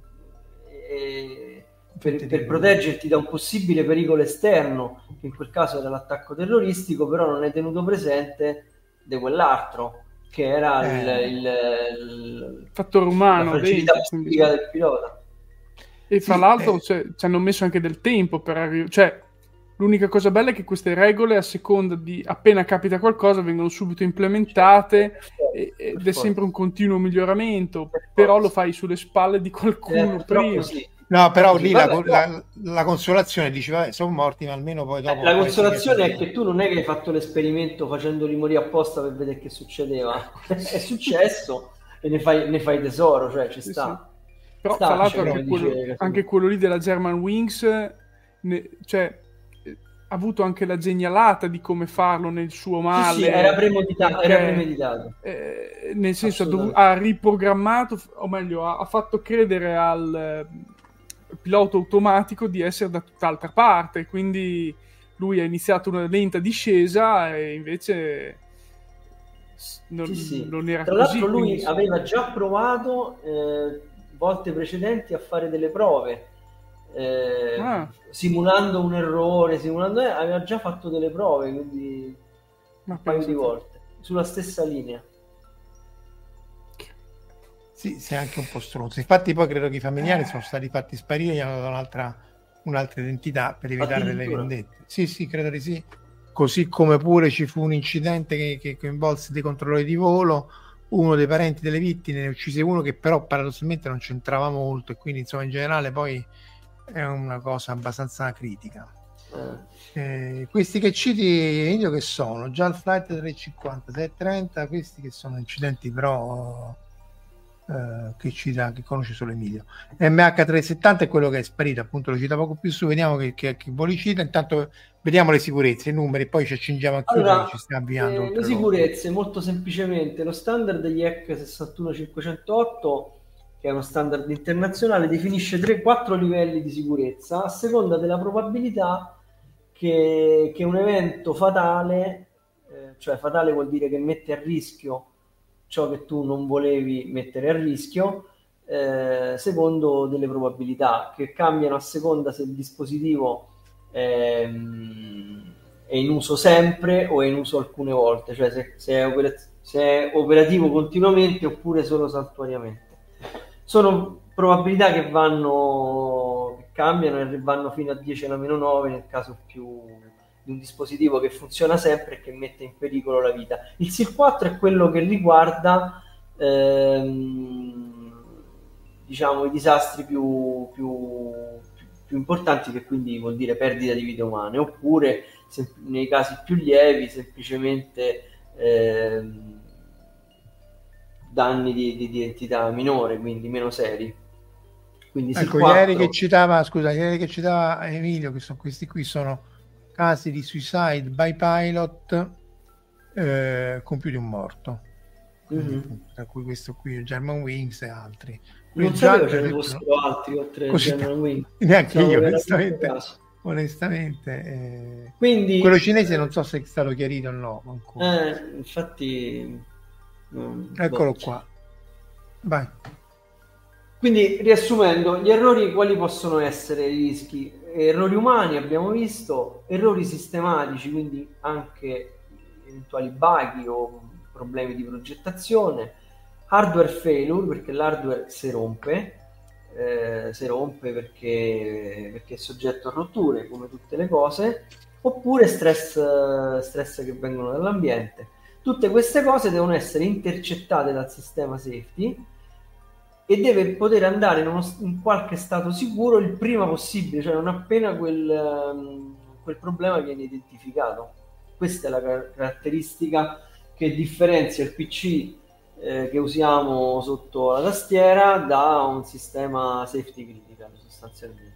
eh, per, per proteggerti da un possibile pericolo esterno, che in quel caso era l'attacco terroristico, però non hai tenuto presente di quell'altro, che era eh. il, il, il fattore umano, la fragilità dentro, psichica del pilota. E fra sì, l'altro eh. cioè, ci hanno messo anche del tempo per arrivare, cioè l'unica cosa bella è che queste regole, a seconda di appena capita qualcosa, vengono subito implementate e, ed è sempre un continuo miglioramento, però lo fai sulle spalle di qualcuno eh, prima. Sì. No, però sì, lì vabbè, la, no. la, la consolazione dice, vabbè, sono morti, ma almeno poi dopo... Eh, la consolazione è che tu non è che hai fatto l'esperimento facendoli morire apposta per vedere che succedeva. È successo e ne fai, ne fai tesoro, cioè ci sì, sta. Sì. Però sta, tra l'altro cioè, anche, quello, dice, anche quello lì della Germanwings, ne, cioè... ha avuto anche la genialata di come farlo nel suo male. Sì, sì, era premeditato, perché, era premeditato. Eh, nel senso ha, ha riprogrammato, o meglio ha, ha fatto credere al eh, pilota automatico di essere da tutt'altra parte, quindi lui ha iniziato una lenta discesa e invece non, sì, sì. non era Tra così. Tra l'altro lui quindi... aveva già provato eh, volte precedenti a fare delle prove. Eh, ah. simulando un errore, simulando eh, aveva già fatto delle prove, quindi Ma un paio di volte sulla stessa linea. Sì, sei anche un po' stronzo. Infatti poi credo che i familiari sono stati fatti sparire, gli hanno dato un'altra, un'altra identità per evitare delle vendette. Sì, sì, credo di sì. Così come pure ci fu un incidente che, che coinvolse dei controllori di volo, uno dei parenti delle vittime ne uccise uno che però paradossalmente non c'entrava molto, e quindi insomma in generale poi è una cosa abbastanza critica. Eh. Eh, questi che citi io che sono già il flight trecentocinquanta, seicentotrenta, questi che sono incidenti però eh, che cita, che conosce solo Emilio. M H trecentosettanta è quello che è sparito, appunto lo cita poco più su, vediamo che, che, che voi cita, intanto vediamo le sicurezze, i numeri, poi ci accingiamo a chiudere, allora, ci stiamo avviando. Eh, le sicurezze, molto semplicemente, lo standard degli E C sessantuno cinquecentootto, che è uno standard internazionale, definisce tre quattro livelli di sicurezza a seconda della probabilità che, che un evento fatale, eh, cioè fatale vuol dire che mette a rischio ciò che tu non volevi mettere a rischio, eh, secondo delle probabilità che cambiano a seconda se il dispositivo è, è in uso sempre o è in uso alcune volte, cioè se, se, è operat- se è operativo continuamente oppure solo saltuariamente. Sono probabilità che vanno, che cambiano e vanno fino a dieci alla meno nove nel caso più di un dispositivo che funziona sempre e che mette in pericolo la vita. Il S I L quattro è quello che riguarda ehm, diciamo i disastri più, più, più, più importanti, che quindi vuol dire perdita di vite umane, oppure se, nei casi più lievi semplicemente ehm, danni di, di, di entità minore, quindi meno seri. Quindi ecco, ieri che citava, scusa, ieri che citava Emilio, che sono questi qui, sono casi di suicide by pilot eh, con più di un morto, quindi, mm-hmm. tra cui questo qui, Germanwings e altri. Non Quindi sapevo ce ne fossero altri oltre a Germanwings. Neanche io, onestamente, onestamente eh, quindi, quello cinese non so se è stato chiarito o no ancora. Eh, infatti mm, eccolo boh. qua, vai. Quindi riassumendo, gli errori quali possono essere i rischi? Errori umani abbiamo visto, errori sistematici, quindi anche eventuali bug o problemi di progettazione, hardware failure, perché l'hardware si rompe, eh, si rompe perché, perché è soggetto a rotture come tutte le cose, oppure stress, stress che vengono dall'ambiente. Tutte queste cose devono essere intercettate dal sistema safety e deve poter andare in, uno, in qualche stato sicuro il prima possibile, cioè non appena quel, um, quel problema viene identificato. Questa è la car- caratteristica che differenzia il P C eh, che usiamo sotto la tastiera da un sistema safety critical sostanzialmente.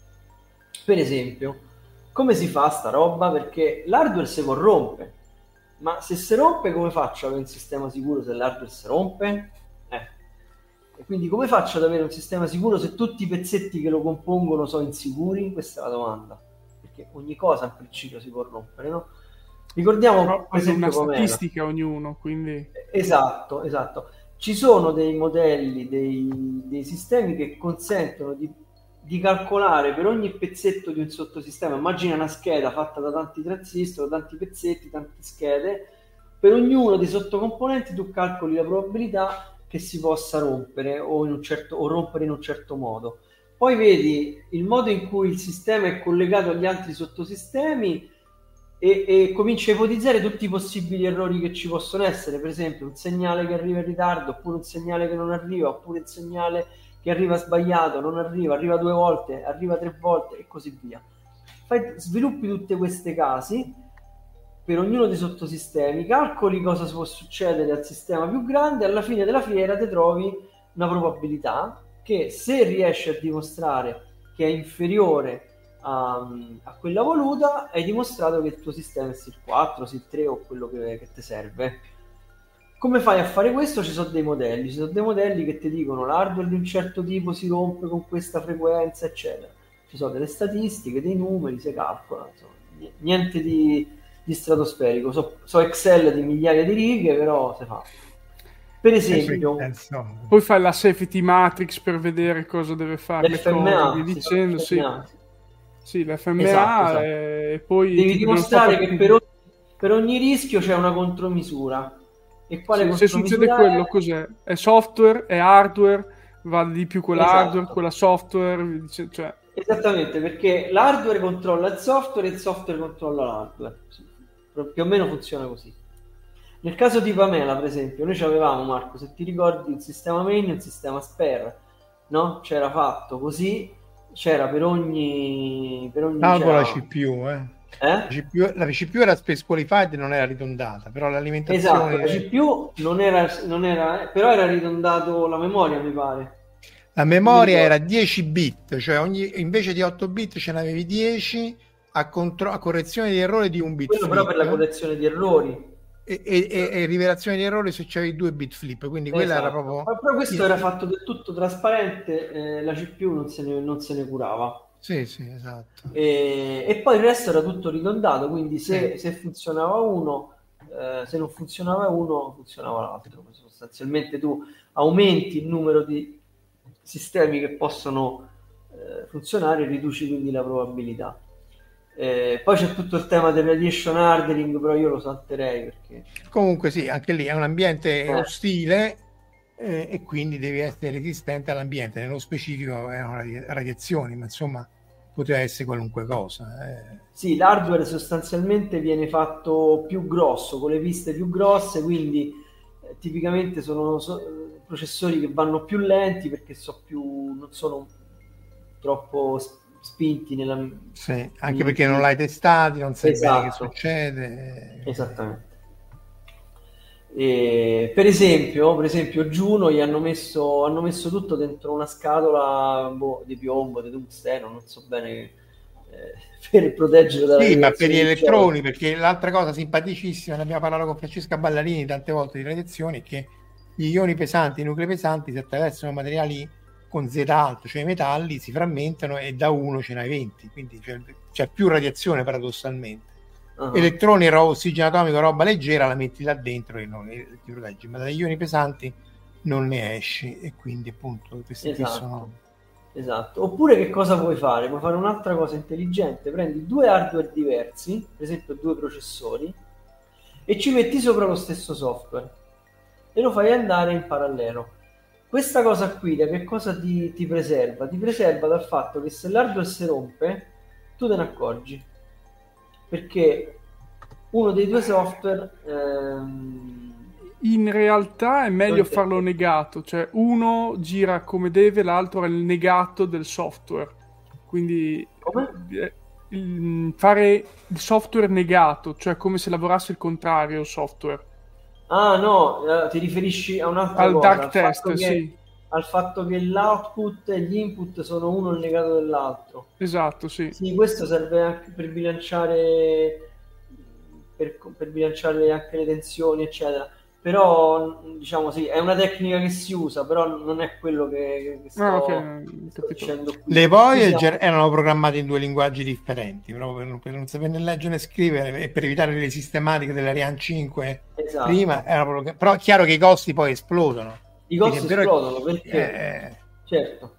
Per esempio, come si fa sta roba? Perché l'hardware si corrompe, ma se si rompe come faccio ad avere un sistema sicuro se l'hardware si rompe? Eh. E quindi come faccio ad avere un sistema sicuro se tutti i pezzetti che lo compongono sono insicuri? Questa è la domanda, perché ogni cosa in principio si può rompere, no? Ricordiamo però per esempio una statistica ognuno, quindi esatto, esatto. Ci sono dei modelli, dei, dei sistemi che consentono di, di calcolare per ogni pezzetto di un sottosistema. Immagina una scheda fatta da tanti transistor, tanti pezzetti, tante schede. Per ognuno dei sottocomponenti tu calcoli la probabilità che si possa rompere o, in un certo, o rompere in un certo modo. Poi vedi il modo in cui il sistema è collegato agli altri sottosistemi e, e cominci a ipotizzare tutti i possibili errori che ci possono essere, per esempio un segnale che arriva in ritardo, oppure un segnale che non arriva, oppure un segnale che arriva sbagliato, non arriva, arriva due volte, arriva tre volte e così via. Fai, sviluppi tutte queste casi per ognuno dei sottosistemi, calcoli cosa può succedere al sistema più grande, alla fine della fiera ti trovi una probabilità che, se riesci a dimostrare che è inferiore a, a quella voluta, hai dimostrato che il tuo sistema è S I L quattro, S I L tre o quello che, che ti serve. Come fai a fare questo? Ci sono dei modelli, ci sono dei modelli che ti dicono l'hardware di un certo tipo si rompe con questa frequenza, eccetera. Ci sono delle statistiche, dei numeri, si calcola, insomma, niente di di stratosferico, so, so Excel di migliaia di righe, però si fa. Per esempio, poi fai la safety matrix per vedere cosa deve fare, l'F M A, le cose, dicendo, sì, sì, l'F M A, esatto, esatto. E poi devi dimostrare che per ogni, per ogni rischio c'è una contromisura. E quale sì, contromisura se succede quello, è? Cos'è? È software, è hardware, vale di più quell'hardware, Esatto. quella software, cioè... Esattamente, perché l'hardware controlla il software e il software controlla l'hardware. Più o meno funziona così. Nel caso di Pamela, per esempio, noi avevamo, Marco, se ti ricordi, un sistema main e un sistema spare, no? C'era fatto così, c'era per ogni... Per ogni no, con la c'era... C P U, eh. Eh? La, C P U, la C P U era space qualified e non era ridondata, però l'alimentazione... Esatto, la C P U non era, non era, però era ridondato la memoria, mi pare. La memoria era dieci bit, cioè ogni, invece di otto bit ce n'avevi dieci a, contro, a correzione di errore di un bit Quello flip. però per la correzione di errori. E, e, e, e rivelazione di errori se c'avevi due bit flip, quindi Esatto. quella era proprio... Ma però questo era fatto del tutto trasparente, eh, la C P U non se ne, non se ne curava. Sì, sì, esatto. E, e poi il resto era tutto ridondato, quindi se, Sì. se funzionava uno, eh, se non funzionava uno, funzionava l'altro. Sostanzialmente tu aumenti il numero di sistemi che possono eh, funzionare e riduci quindi la probabilità. Eh, poi c'è tutto il tema del radiation hardening, però io lo salterei perché... Comunque sì, anche lì è un ambiente Eh. ostile eh, e quindi devi essere resistente all'ambiente. Nello specifico erano radi- radiazioni, ma insomma poteva essere qualunque cosa. Eh. Sì, l'hardware sostanzialmente viene fatto più grosso, con le piste più grosse, quindi eh, tipicamente sono so- processori che vanno più lenti perché so più, non sono troppo s- spinti nella... Sì, anche perché non l'hai testati, non sai bene che Esatto. succede. Esattamente. E, per esempio, per esempio Juno gli hanno messo, hanno messo tutto dentro una scatola boh, di piombo, di tungsteno, non so bene, eh, per proteggere dalla Sì, ma per radiazione gli di elettroni, cielo. perché l'altra cosa simpaticissima, ne abbiamo parlato con Francesca Ballarini tante volte di radiazioni, è che gli ioni pesanti, i nuclei pesanti, si attraversano materiali con Z alto, cioè i metalli, si frammentano e da uno ce n'hai venti, quindi c'è, c'è più radiazione paradossalmente. Uh-huh. Elettroni, ro- ossigeno atomico, roba leggera, la metti là dentro e non e ti proteggi, ma dagli ioni pesanti non ne esci e quindi appunto questi qui Esatto. sono... Esatto. Oppure che cosa puoi fare? Puoi fare un'altra cosa intelligente, prendi due hardware diversi, per esempio due processori, e ci metti sopra lo stesso software e lo fai andare in parallelo. Questa cosa qui da che cosa ti, ti preserva? Ti preserva dal fatto che se l'hardware si rompe, tu te ne accorgi, perché uno dei due software ehm, in realtà è meglio non farlo negato, cioè uno gira come deve, l'altro è il negato del software, quindi come? eh, il- fare il software negato, cioè come se lavorasse il contrario il software. Ah no, eh, ti riferisci a un'altra Al cosa, dark al test, fatto che, sì. al fatto che l'output e gli input sono uno il negato dell'altro. Esatto, sì. Sì, questo serve anche per bilanciare per, per bilanciare anche le tensioni, eccetera. Però, diciamo sì, è una tecnica che si usa, però non è quello che, che sto, Ah, ok, che sto capito. dicendo qui. Le Voyager Qui siamo- erano programmate in due linguaggi differenti, proprio per non, per non saperne leggere né scrivere e per evitare le sistematiche dell'Ariane cinque Esatto. prima, erano proprio- però è chiaro che i costi poi esplodono. I costi Perché è vero- esplodono perché, eh, certo,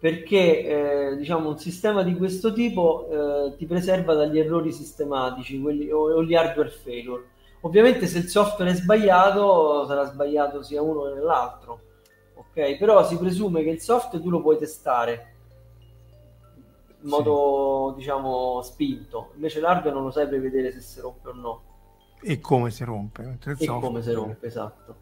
perché eh, diciamo un sistema di questo tipo eh, ti preserva dagli errori sistematici, quelli, o, o gli hardware failure. Ovviamente se il software è sbagliato sarà sbagliato sia uno che l'altro, ok? Però si presume che il software tu lo puoi testare in modo diciamo spinto, invece l'hardware non lo sai prevedere se si rompe o no e come si rompe mentre il e software- come si rompe, esatto.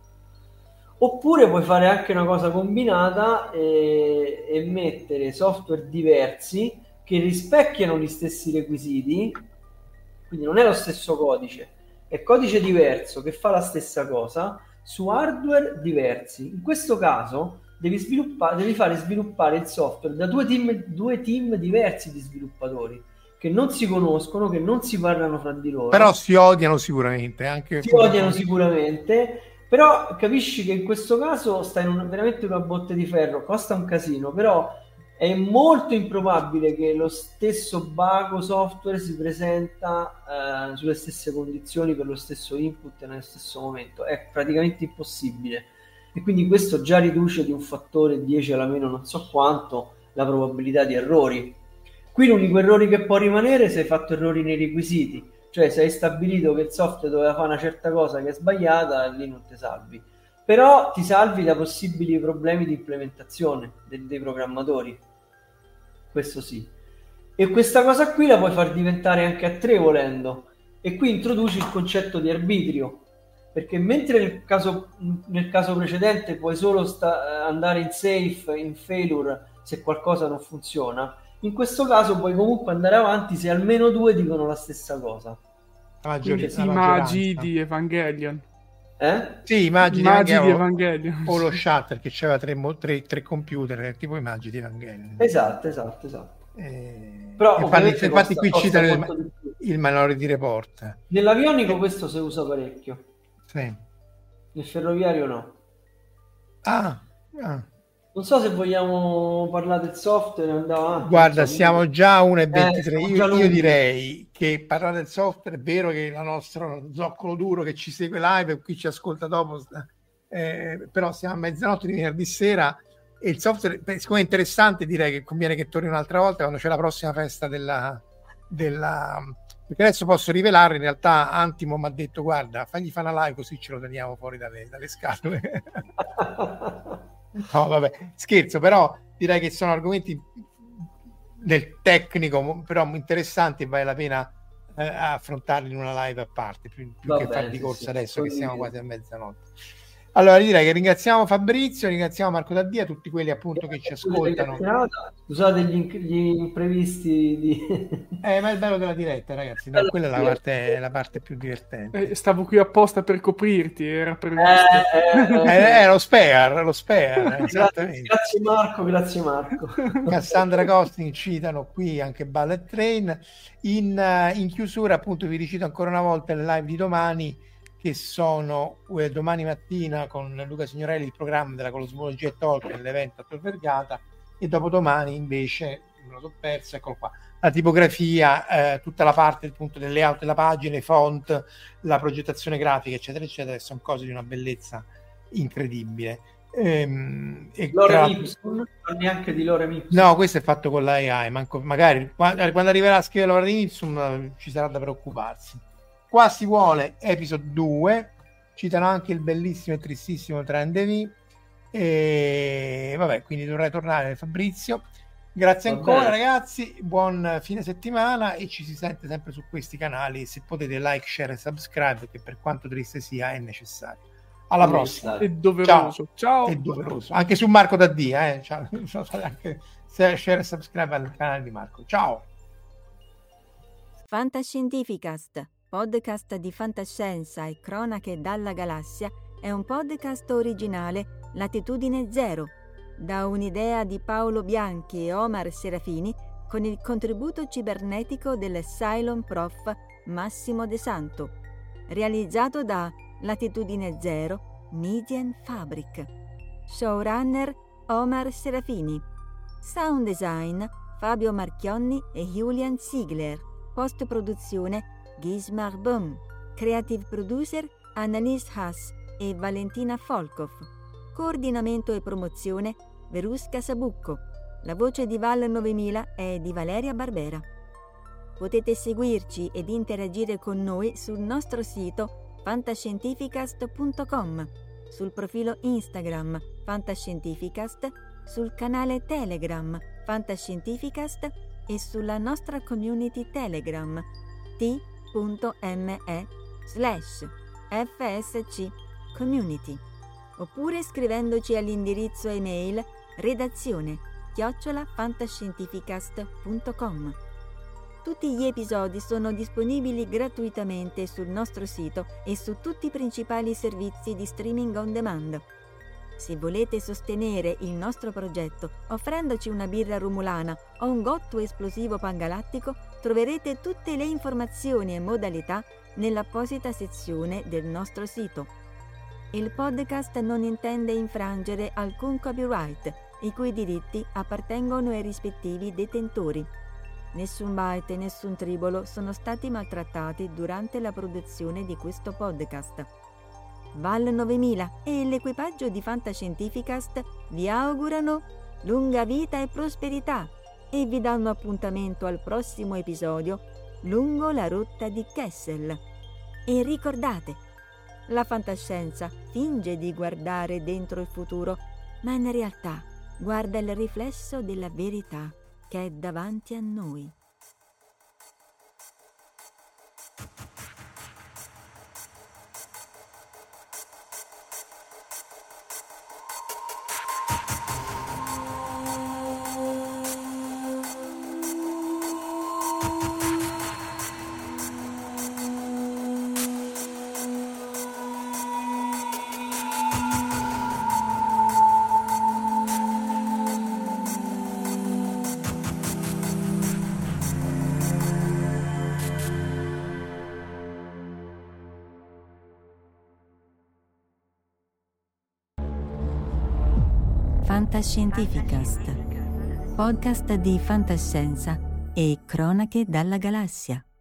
Oppure puoi fare anche una cosa combinata e, e mettere software diversi che rispecchiano gli stessi requisiti, quindi non è lo stesso codice, è codice diverso che fa la stessa cosa su hardware diversi. In questo caso devi, sviluppare, devi fare sviluppare il software da due team, due team diversi di sviluppatori che non si conoscono, che non si parlano fra di loro. però si odiano sicuramente anche Si odiano sicuramente, però capisci che in questo caso sta in un, veramente una botte di ferro, costa un casino, però è molto improbabile che lo stesso bago software si presenta eh, sulle stesse condizioni per lo stesso input nello stesso momento, è praticamente impossibile e quindi questo già riduce di un fattore dieci alla meno non so quanto la probabilità di errori. Qui l'unico errore che può rimanere è se hai fatto errori nei requisiti, cioè se hai stabilito che il software doveva fare una certa cosa che è sbagliata, lì non ti salvi. Però ti salvi da possibili problemi di implementazione dei, dei programmatori. Questo sì. E questa cosa qui la puoi far diventare anche a tre volendo. E qui introduci il concetto di arbitrio. perché mentre nel caso, nel caso precedente puoi solo sta, andare in safe, in failure, se qualcosa non funziona, in questo caso puoi comunque andare avanti se almeno due dicono la stessa cosa. La Quindi maggiorità, i la magi maggioranza. di Evangelion. Eh? Sì, i magi, I di magi di Evangelion Evangelion. o lo Shatter che c'aveva tre, mo- tre, tre computer, tipo i magi di Evangelion. Esatto, esatto, esatto. Eh, Però infatti, ovviamente infatti costa, qui costa citano molto il, di più. il Minority Report. Nell'avionico Eh. questo si usa parecchio, Sì. nel ferroviario no. Ah, ah. Non so se vogliamo parlare del software, andavo avanti. Guarda, non so, siamo quindi- già a una e Eh, ventitré. siamo io, già io lunghi. direi che parlare del software è vero che il nostro zoccolo duro che ci segue live e qui ci ascolta dopo, eh, però siamo a mezzanotte di venerdì sera e il software, beh, siccome è interessante, direi che conviene che torni un'altra volta quando c'è la prossima festa della, della... perché adesso posso rivelare, in realtà Antimo mi ha detto guarda, fagli fare una live così ce lo teniamo fuori dalle, dalle scatole. No, vabbè, scherzo, però direi che sono argomenti del tecnico, però interessanti e vale la pena eh, affrontarli in una live a parte, più, più Va che bene, far di sì, corsa sì, adesso che siamo condivido. quasi a mezzanotte. Allora direi che ringraziamo Fabrizio, ringraziamo Marco Daddia, tutti quelli appunto che ci ascoltano. Scusate gli, gli imprevisti di... Eh, ma è il bello della diretta, ragazzi, no, quella è la parte, la parte più divertente. Eh, stavo qui apposta per coprirti, era previsto. Eh, eh, Eh, eh, lo spare, lo spare, grazie, esattamente. grazie Marco, grazie Marco. Cassandra Costing citano qui anche Bullet Train. In, uh, in chiusura appunto vi ricito ancora una volta le live di domani, che sono eh, domani mattina con Luca Signorelli il programma della Cosmologia e Tolkien, l'evento a Tor Vergata, e dopodomani invece me lo so perso, eccolo qua, la tipografia, eh, tutta la parte appunto del layout della pagina, i font, la progettazione grafica eccetera eccetera, sono cose di una bellezza incredibile. Ehm, e Lorem tra... Ipsum, non neanche di Lorem Ipsum. No, questo è fatto con l'A I, manco, magari quando, quando arriverà a scrivere Lorem Ipsum ci sarà da preoccuparsi. Qua si vuole episodio due, citano anche il bellissimo e tristissimo Trend e vabbè, quindi dovrei tornare Fabrizio. Grazie Va ancora bene. Ragazzi, buon fine settimana e ci si sente sempre su questi canali, se potete like, share e subscribe, che per quanto triste sia è necessario. Alla È prossima. È doveroso. Ciao. È doveroso. Anche su Marco Daddia, eh. Ciao. Anche share e subscribe al canale di Marco. Ciao. Fantascientificast, podcast di fantascienza e cronache dalla galassia, è un podcast originale Latitudine Zero, da un'idea di Paolo Bianchi e Omar Serafini, con il contributo cibernetico del Cylon Prof Massimo De Santo, realizzato da Latitudine Zero Median Fabric. Showrunner Omar Serafini. Sound design Fabio Marchionni e Julian Ziegler. Post produzione Gismar Böhm. Creative producer Annalise Haas e Valentina Folkov. Coordinamento e promozione Verusca Sabucco. La voce di Val novemila è di Valeria Barbera. Potete seguirci ed interagire con noi sul nostro sito fantascientificast punto com, sul profilo Instagram Fantascientificast, sul canale Telegram Fantascientificast e sulla nostra community Telegram t.me slash fsc community, oppure scrivendoci all'indirizzo email redazione chiocciola fantascientificast punto com. Tutti gli episodi sono disponibili gratuitamente sul nostro sito e su tutti i principali servizi di streaming on demand. Se volete sostenere il nostro progetto offrendoci una birra rumulana o un gotto esplosivo pangalattico, troverete tutte le informazioni e modalità nell'apposita sezione del nostro sito. Il podcast non intende infrangere alcun copyright, i cui diritti appartengono ai rispettivi detentori. Nessun byte e nessun tribolo sono stati maltrattati durante la produzione di questo podcast. Val novemila e l'equipaggio di Fantascientificast vi augurano lunga vita e prosperità e vi danno appuntamento al prossimo episodio lungo la rotta di Kessel. E ricordate, la fantascienza finge di guardare dentro il futuro, ma in realtà guarda il riflesso della verità che è davanti a noi. Fantascientificast, podcast di fantascienza e cronache dalla galassia.